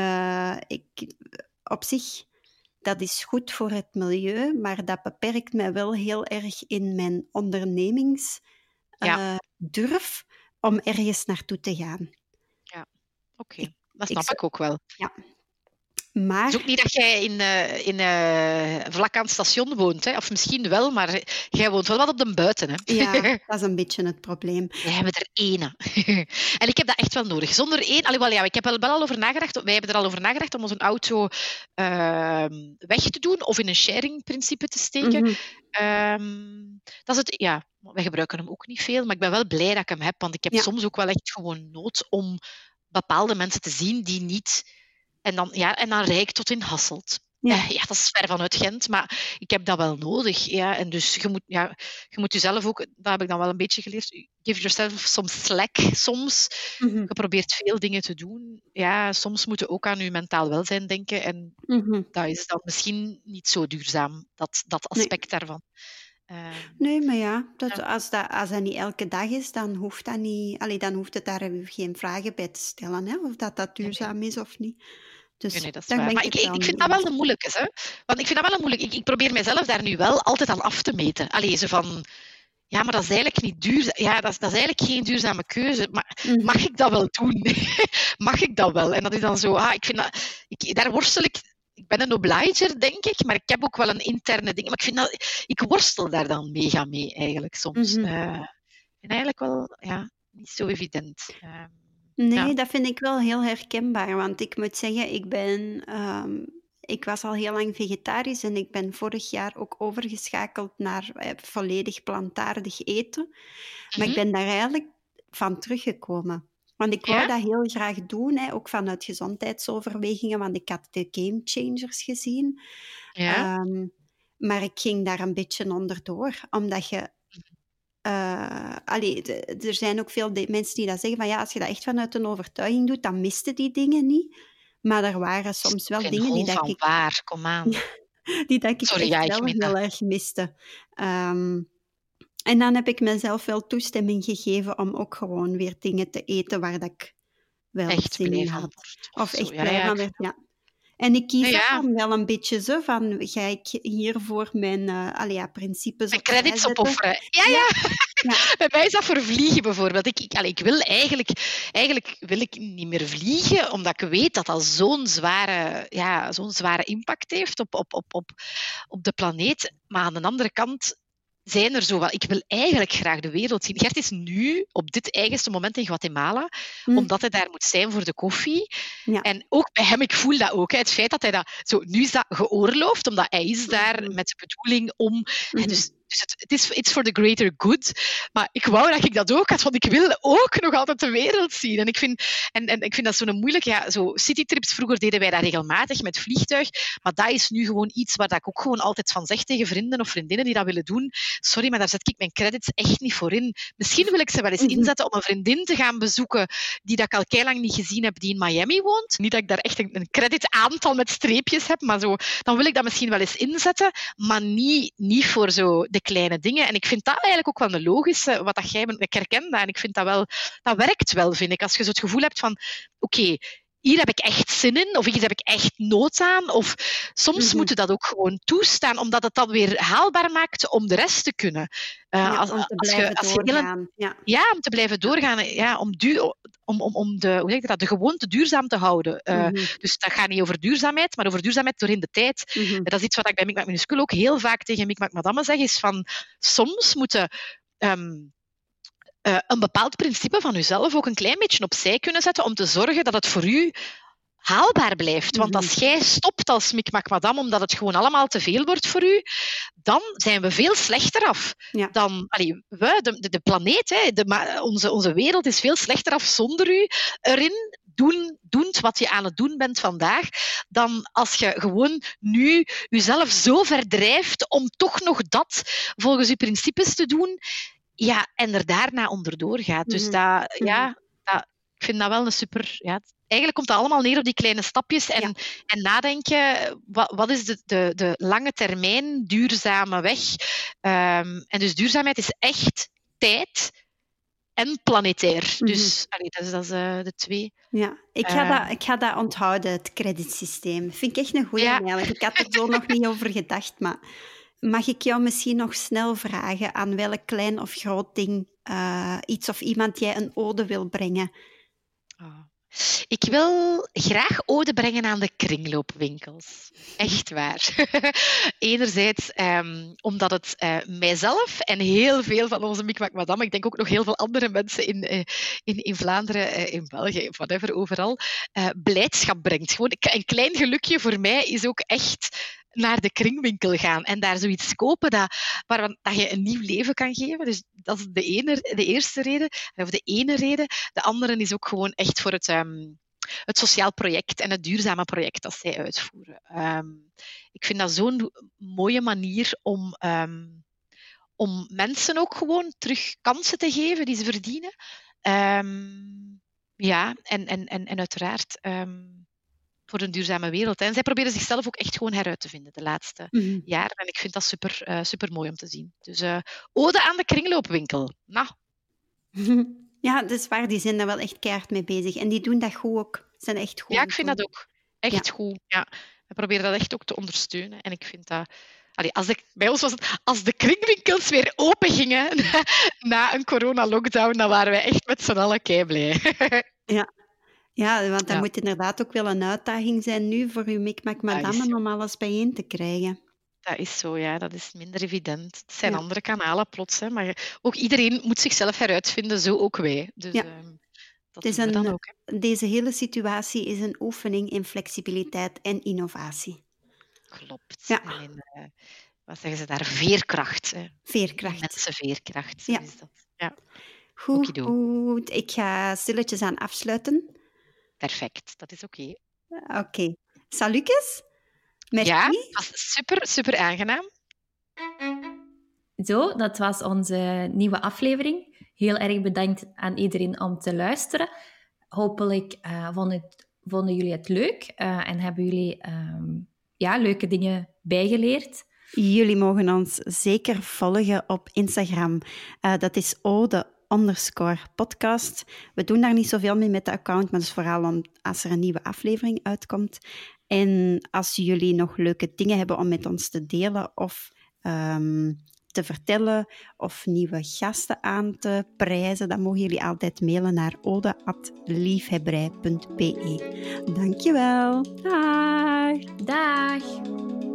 op zich, dat is goed voor het milieu, maar dat beperkt mij wel heel erg in mijn ondernemingsdurf om ergens naartoe te gaan. Ja, oké. Dat snap ik ook wel. Ja. Maar... Het is ook niet dat jij vlak aan het station woont, hè? Of misschien wel, maar jij woont wel wat op de buiten. Hè? Ja, dat is een beetje het probleem. We hebben er ene. En ik heb dat echt wel nodig. Zonder één... ik heb er wel al over nagedacht. Wij hebben er al over nagedacht om onze auto weg te doen of in een sharing-principe te steken. Dat is het... Ja, wij gebruiken hem ook niet veel, maar ik ben wel blij dat ik hem heb, want ik heb soms ook wel echt gewoon nood om bepaalde mensen te zien die niet... En dan rij ik tot in Hasselt. Ja, dat is ver vanuit Gent, maar ik heb dat wel nodig. Ja. En dus je moet jezelf ook, dat heb ik dan wel een beetje geleerd, give yourself some slack soms. Je probeert veel dingen te doen. Ja, soms moet je ook aan je mentaal welzijn denken. En dat is dan misschien niet zo duurzaam, dat aspect daarvan. Nee, maar ja, als dat niet elke dag is, dan hoeft dat niet... dan hoeft het daar geen vragen bij te stellen, hè, of dat duurzaam is of niet. Dus nee, dat is waar. Maar ik vind dat wel een moeilijke, hè. Want ik vind dat wel een moeilijke. Ik probeer mezelf daar nu wel altijd aan af te meten. Zo van... Ja, maar dat is eigenlijk niet duurzaam. Ja, dat is eigenlijk geen duurzame keuze. Maar mag ik dat wel doen? Mag ik dat wel? En dat is dan zo... ik vind dat... Daar worstel ik... Ik ben een obliger, denk ik, maar ik heb ook wel een interne ding. Maar ik vind dat... Ik worstel daar dan mega mee, eigenlijk, soms. En eigenlijk wel, niet zo evident. Nee, dat vind ik wel heel herkenbaar. Want ik moet zeggen, ik was al heel lang vegetarisch en ik ben vorig jaar ook overgeschakeld naar volledig plantaardig eten. Maar ik ben daar eigenlijk van teruggekomen. Want ik wou dat heel graag doen, hè, ook vanuit gezondheidsoverwegingen, want ik had de Game Changers gezien. Ja. Maar ik ging daar een beetje onderdoor, omdat je... er zijn ook veel mensen die dat zeggen van als je dat echt vanuit een overtuiging doet, dan miste die dingen niet. Maar er waren soms wel dingen die dat ik... waar, kom aan. die dat ik wel heel erg miste. En dan heb ik mezelf wel toestemming gegeven om ook gewoon weer dingen te eten waar dat ik wel echt zin in had. Of echt blij van werd, ja. En ik kies dan wel een beetje zo van, ga ik hiervoor mijn principes mijn credits opofferen? Ja. Bij mij is dat voor vliegen bijvoorbeeld. Ik wil eigenlijk wil ik niet meer vliegen, omdat ik weet dat dat zo'n zware impact heeft op de planeet. Maar aan de andere kant zijn er zo wel... Ik wil eigenlijk graag de wereld zien. Gert is nu op dit eigenste moment in Guatemala, omdat hij daar moet zijn voor de koffie. Ja. En ook bij hem, ik voel dat ook. Hè, het feit dat hij dat... Nu is dat geoorloofd, omdat hij is daar met de bedoeling om... Dus it's for the greater good. Maar ik wou dat ik dat ook had, want ik wil ook nog altijd de wereld zien. En ik vind dat zo'n moeilijk... zo citytrips, vroeger deden wij dat regelmatig met vliegtuig, maar dat is nu gewoon iets waar ik ook gewoon altijd van zeg tegen vrienden of vriendinnen die dat willen doen. Sorry, maar daar zet ik mijn credits echt niet voor in. Misschien wil ik ze wel eens inzetten om een vriendin te gaan bezoeken die dat ik al keilang niet gezien heb, die in Miami woont. Niet dat ik daar echt een creditaantal met streepjes heb, maar zo, dan wil ik dat misschien wel eens inzetten, maar niet voor zo de kleine dingen. En ik vind dat eigenlijk ook wel een logische, wat dat jij... Ik herken dat en ik vind dat wel... Dat werkt wel, vind ik. Als je zo het gevoel hebt van... Oké, hier heb ik echt zin in, of hier heb ik echt nood aan. Of soms moet je dat ook gewoon toestaan, omdat het dan weer haalbaar maakt om de rest te kunnen. Om te blijven doorgaan. Om te blijven doorgaan. Ja, om de, hoe zeg je dat, de gewoonte duurzaam te houden. Dus dat gaat niet over duurzaamheid, maar over duurzaamheid doorheen de tijd. Dat is iets wat ik bij Micmac Minuscule ook heel vaak tegen Micmac Madame zeg, is van soms moeten... een bepaald principe van uzelf ook een klein beetje opzij kunnen zetten om te zorgen dat het voor u haalbaar blijft. Want als jij stopt als Micmac Madame omdat het gewoon allemaal te veel wordt voor u, dan zijn we veel slechter af. Dan, de planeet, onze wereld is veel slechter af zonder u erin doend wat je aan het doen bent vandaag, dan als je gewoon nu jezelf zo verdrijft om toch nog dat volgens je principes te doen. Ja, en er daarna onderdoor gaat. Dus ik vind dat wel een super... Ja, eigenlijk komt het allemaal neer op die kleine stapjes en nadenken, wat is de lange termijn duurzame weg? En dus duurzaamheid is echt tijd en planetair. Dus dat is de twee. Ja, ik ga dat onthouden, het creditsysteem. Vind ik echt een goeie eigenlijk. Ik had er zo nog niet over gedacht, maar... Mag ik jou misschien nog snel vragen aan welk klein of groot ding, iets of iemand jij een ode wil brengen? Ik wil graag ode brengen aan de kringloopwinkels. Echt waar. Enerzijds omdat het mijzelf en heel veel van onze Micmac Madame, ik denk ook nog heel veel andere mensen in Vlaanderen, in België, whatever, overal, blijdschap brengt. Gewoon een klein gelukje voor mij is ook echt naar de kringwinkel gaan en daar zoiets kopen dat je een nieuw leven kan geven. Dus dat is de eerste reden, of de ene reden. De andere is ook gewoon echt voor het sociaal project en het duurzame project dat zij uitvoeren. Ik vind dat zo'n mooie manier om mensen ook gewoon terug kansen te geven die ze verdienen. En uiteraard... voor een duurzame wereld. En zij proberen zichzelf ook echt gewoon heruit te vinden de laatste jaren. En ik vind dat super mooi om te zien. Dus ode aan de kringloopwinkel. Nou. Ja, dus waar, die zijn daar wel echt keihard mee bezig. En die doen dat goed ook. Zijn echt goed. Ja, ik vind dat ook. Echt goed. Ja. We proberen dat echt ook te ondersteunen. En ik vind dat... bij ons was het... Als de kringwinkels weer open gingen na een corona-lockdown, dan waren wij echt met z'n allen keiblij. Ja, want dat moet inderdaad ook wel een uitdaging zijn nu voor uw Micmac Madame om alles bijeen te krijgen. Dat is zo, ja. Dat is minder evident. Het zijn andere kanalen plots, hè. Maar ook iedereen moet zichzelf heruitvinden, zo ook wij. Dus dat doen we dan ook. Hè. Deze hele situatie is een oefening in flexibiliteit en innovatie. Klopt. Ja. En wat zeggen ze daar? Veerkracht. Hè. Veerkracht. Mensenveerkracht, zo is dat. Ja. Goed. Ik ga stilletjes aan afsluiten. Perfect, dat is oké. Oké. Salutjes. Merci. Ja, dat was super aangenaam. Zo, dat was onze nieuwe aflevering. Heel erg bedankt aan iedereen om te luisteren. Hopelijk vonden jullie het leuk en hebben jullie leuke dingen bijgeleerd. Jullie mogen ons zeker volgen op Instagram. Dat is ode_podcast. We doen daar niet zoveel mee met de account, maar dat is vooral als er een nieuwe aflevering uitkomt. En als jullie nog leuke dingen hebben om met ons te delen of te vertellen of nieuwe gasten aan te prijzen, dan mogen jullie altijd mailen naar ode@liefhebberij.be. Dankjewel. Dag.